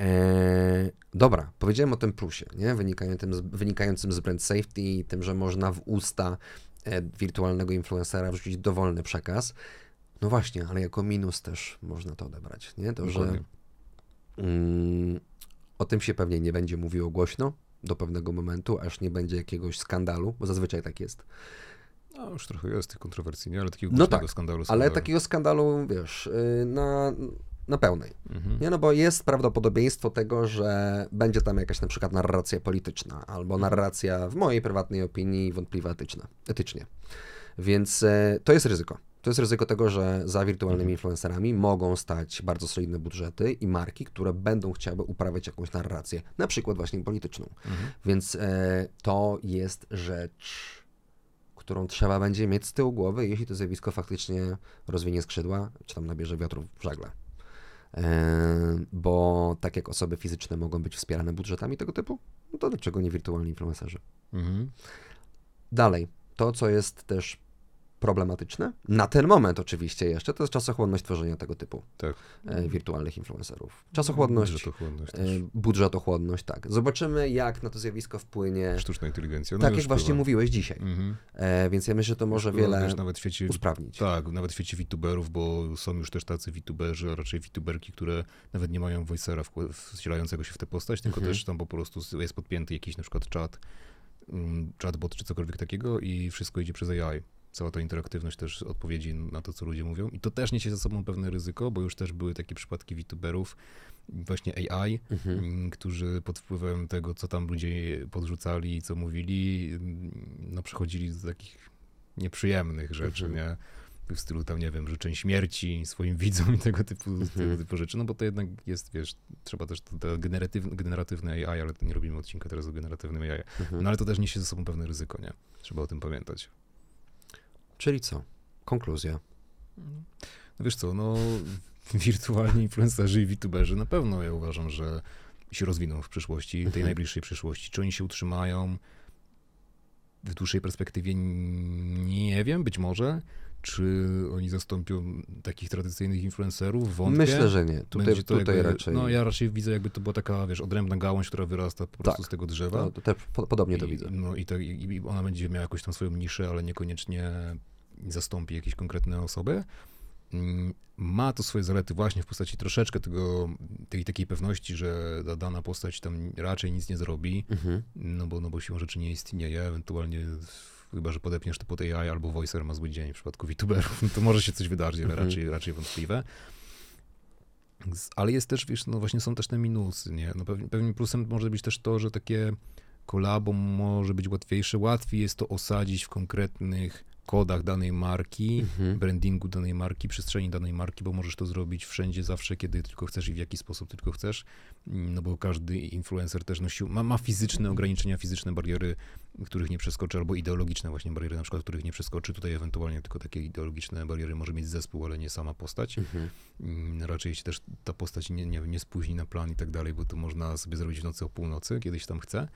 Dobra, powiedziałem o tym plusie, nie? Wynikającym z brand safety i tym, że można w usta wirtualnego influencera wrzucić dowolny przekaz. No właśnie, ale jako minus też można to odebrać, nie? To, że o tym się pewnie nie będzie mówiło głośno do pewnego momentu, aż nie będzie jakiegoś skandalu, bo zazwyczaj tak jest. No już trochę jest tych kontrowersji, nie? Ale takiego głośnego skandalu. Ale takiego skandalu, wiesz, na pełnej. Nie, no bo jest prawdopodobieństwo tego, że będzie tam jakaś na przykład narracja polityczna, albo narracja w mojej prywatnej opinii wątpliwa etycznie. Więc to jest ryzyko. To jest ryzyko tego, że za wirtualnymi influencerami mogą stać bardzo solidne budżety i marki, które będą chciały uprawiać jakąś narrację, na przykład właśnie polityczną. Więc to jest rzecz, którą trzeba będzie mieć z tyłu głowy, jeśli to zjawisko faktycznie rozwinie skrzydła, czy tam nabierze wiatru w żagle. Bo tak jak osoby fizyczne mogą być wspierane budżetami tego typu, no to dlaczego nie wirtualni influencerzy? Dalej, to co jest też problematyczne, na ten moment oczywiście jeszcze, to jest czasochłonność tworzenia tego typu wirtualnych influencerów. Czasochłonność, budżetochłonność, tak. Zobaczymy, jak na to zjawisko wpłynie sztuczna inteligencja. Tak jak właśnie mówiłeś dzisiaj. Więc ja myślę, że to może wiele nawet w świecie, usprawnić. Tak, nawet w świecie VTuberów, bo są już też tacy VTuberzy, a raczej VTuberki, które nawet nie mają voicera wcielającego się w tę postać, tylko też tam po prostu jest podpięty jakiś na przykład chatbot czy cokolwiek takiego i wszystko idzie przez AI. Cała ta interaktywność też odpowiedzi na to, co ludzie mówią. I to też niesie ze sobą pewne ryzyko, bo już też były takie przypadki VTuberów, właśnie AI, którzy pod wpływem tego, co tam ludzie podrzucali i co mówili, no przechodzili do takich nieprzyjemnych rzeczy, nie? W stylu tam, nie wiem, życzeń śmierci swoim widzom i tego typu rzeczy, no bo to jednak jest, wiesz, trzeba też to generatywne AI, ale to nie robimy odcinka teraz o generatywnym AI, no ale to też niesie ze sobą pewne ryzyko, nie? Trzeba o tym pamiętać. Czyli co? Konkluzja. No wiesz co, no wirtualni influencerzy i VTuberzy na pewno ja uważam, że się rozwiną w przyszłości, tej najbliższej przyszłości. Czy oni się utrzymają w dłuższej perspektywie? Nie wiem, być może. Czy oni zastąpią takich tradycyjnych influencerów? Wątpię. Myślę, że nie. Tutaj raczej... No ja raczej widzę, jakby to była taka, wiesz, odrębna gałąź, która wyrasta po prostu z tego drzewa. To też podobnie to widzę. No i ona będzie miała jakąś tam swoją niszę, ale niekoniecznie zastąpi jakieś konkretne osoby. Ma to swoje zalety właśnie w postaci troszeczkę tej takiej pewności, że dana postać tam raczej nic nie zrobi, no bo siłą rzeczy nie istnieje, ewentualnie chyba, że podepniesz to pod AI albo voicer ma zły dzień w przypadku VTuberów, no to może się coś wydarzyć, ale raczej wątpliwe. Ale jest też, wiesz, no właśnie są też te minusy, nie? No pewnym plusem może być też to, że takie kolabo może być łatwiejsze. Łatwiej jest to osadzić w konkretnych kodach danej marki, brandingu danej marki, przestrzeni danej marki, bo możesz to zrobić wszędzie, zawsze, kiedy tylko chcesz i w jaki sposób tylko chcesz, no bo każdy influencer też ma fizyczne ograniczenia, fizyczne bariery, których nie przeskoczy, albo ideologiczne właśnie bariery, na przykład, których nie przeskoczy. Tutaj ewentualnie tylko takie ideologiczne bariery może mieć zespół, ale nie sama postać. Raczej jeśli też ta postać nie spóźni na plan i tak dalej, bo to można sobie zrobić w nocy o północy, kiedyś tam chce.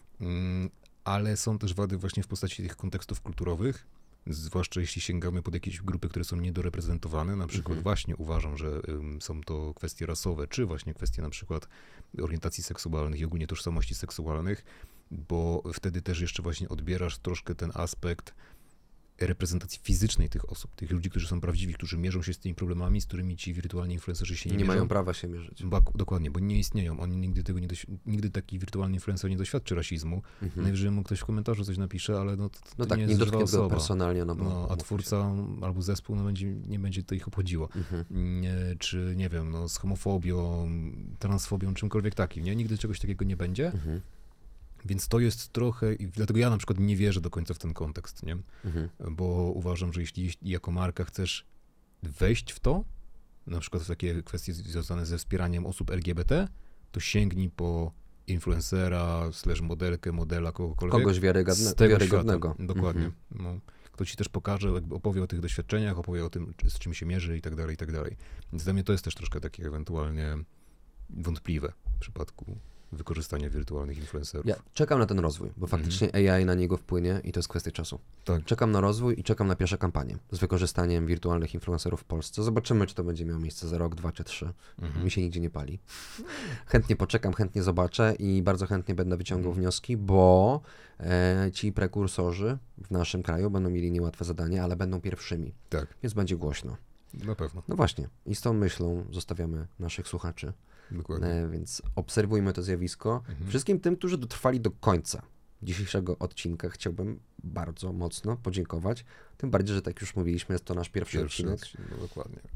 Ale są też wady właśnie w postaci tych kontekstów kulturowych, zwłaszcza jeśli sięgamy pod jakieś grupy, które są niedoreprezentowane, na przykład właśnie uważam, że są to kwestie rasowe, czy właśnie kwestie na przykład orientacji seksualnych i ogólnie tożsamości seksualnych, bo wtedy też jeszcze właśnie odbierasz troszkę ten aspekt reprezentacji fizycznej tych osób, tych ludzi, którzy są prawdziwi, którzy mierzą się z tymi problemami, z którymi ci wirtualni influencerzy się nie mierzą. Mają prawa się mierzyć. Dokładnie, bo nie istnieją. Oni nigdy taki wirtualny influencer nie doświadczy rasizmu. Najwyżej mu ktoś w komentarzu coś napisze, ale to tak, nie dotknie go personalnie. A twórca albo zespół nie będzie to ich obchodziło. Czy nie wiem, z homofobią, transfobią, czymkolwiek takim. Nie? Nigdy czegoś takiego nie będzie. Więc to jest trochę, i dlatego ja na przykład nie wierzę do końca w ten kontekst, nie? Bo uważam, że jeśli jako marka chcesz wejść w to, na przykład w takie kwestie związane ze wspieraniem osób LGBT, to sięgnij po influencera, modelkę, modela, kogokolwiek. Kogoś wiarygodnego. Dokładnie. Kto ci też pokaże, jakby opowie o tych doświadczeniach, opowie o tym, z czym się mierzy i tak dalej, i tak dalej. Więc dla mnie to jest też troszkę takie ewentualnie wątpliwe w przypadku wykorzystania wirtualnych influencerów. Ja czekam na ten rozwój, bo faktycznie AI na niego wpłynie i to jest kwestia czasu. Tak. Czekam na rozwój i czekam na pierwsze kampanie z wykorzystaniem wirtualnych influencerów w Polsce. Zobaczymy, czy to będzie miało miejsce za rok, 2 czy 3. Mi się nigdzie nie pali. Chętnie poczekam, chętnie zobaczę i bardzo chętnie będę wyciągał wnioski, bo ci prekursorzy w naszym kraju będą mieli niełatwe zadanie, ale będą pierwszymi. Tak. Więc będzie głośno. Na pewno. No właśnie. I z tą myślą zostawiamy naszych słuchaczy. Dokładnie. Więc obserwujmy to zjawisko. Wszystkim tym, którzy dotrwali do końca dzisiejszego odcinka, chciałbym bardzo mocno podziękować. Tym bardziej, że tak już mówiliśmy, jest to nasz pierwszy odcinek. No dokładnie. Więc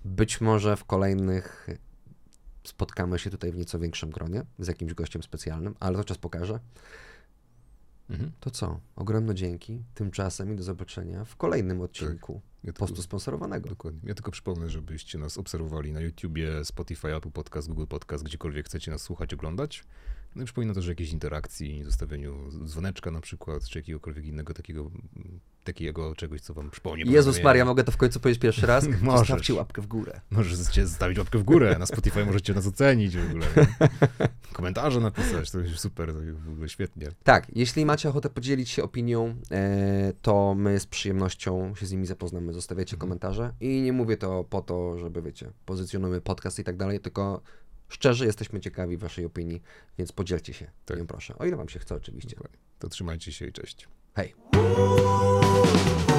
Być może w kolejnych spotkamy się tutaj w nieco większym gronie, z jakimś gościem specjalnym, ale to czas pokaże. To co? Ogromne dzięki tymczasem i do zobaczenia w kolejnym odcinku postu sponsorowanego. Dokładnie. Ja tylko przypomnę, żebyście nas obserwowali na YouTubie, Spotify, Apple Podcast, Google Podcast, gdziekolwiek chcecie nas słuchać, oglądać. No i przypominam też o jakiejś interakcji, zostawieniu dzwoneczka na przykład, czy jakiegokolwiek innego takiego czegoś, co wam przypomni. Jezus Maria, mogę to w końcu powiedzieć pierwszy raz? Możesz. Zostawcie łapkę w górę. Możecie zostawić łapkę w górę, na Spotify możecie nas ocenić w ogóle. Nie? Komentarze napisać, to już super, to w ogóle świetnie. Tak, jeśli macie ochotę podzielić się opinią, to my z przyjemnością się z nimi zapoznamy, zostawiacie komentarze i nie mówię to po to, żeby, wiecie, pozycjonujemy podcast i tak dalej, tylko szczerze jesteśmy ciekawi waszej opinii, więc podzielcie się nią proszę, o ile wam się chce oczywiście. Dokładnie. To trzymajcie się i cześć. Hej.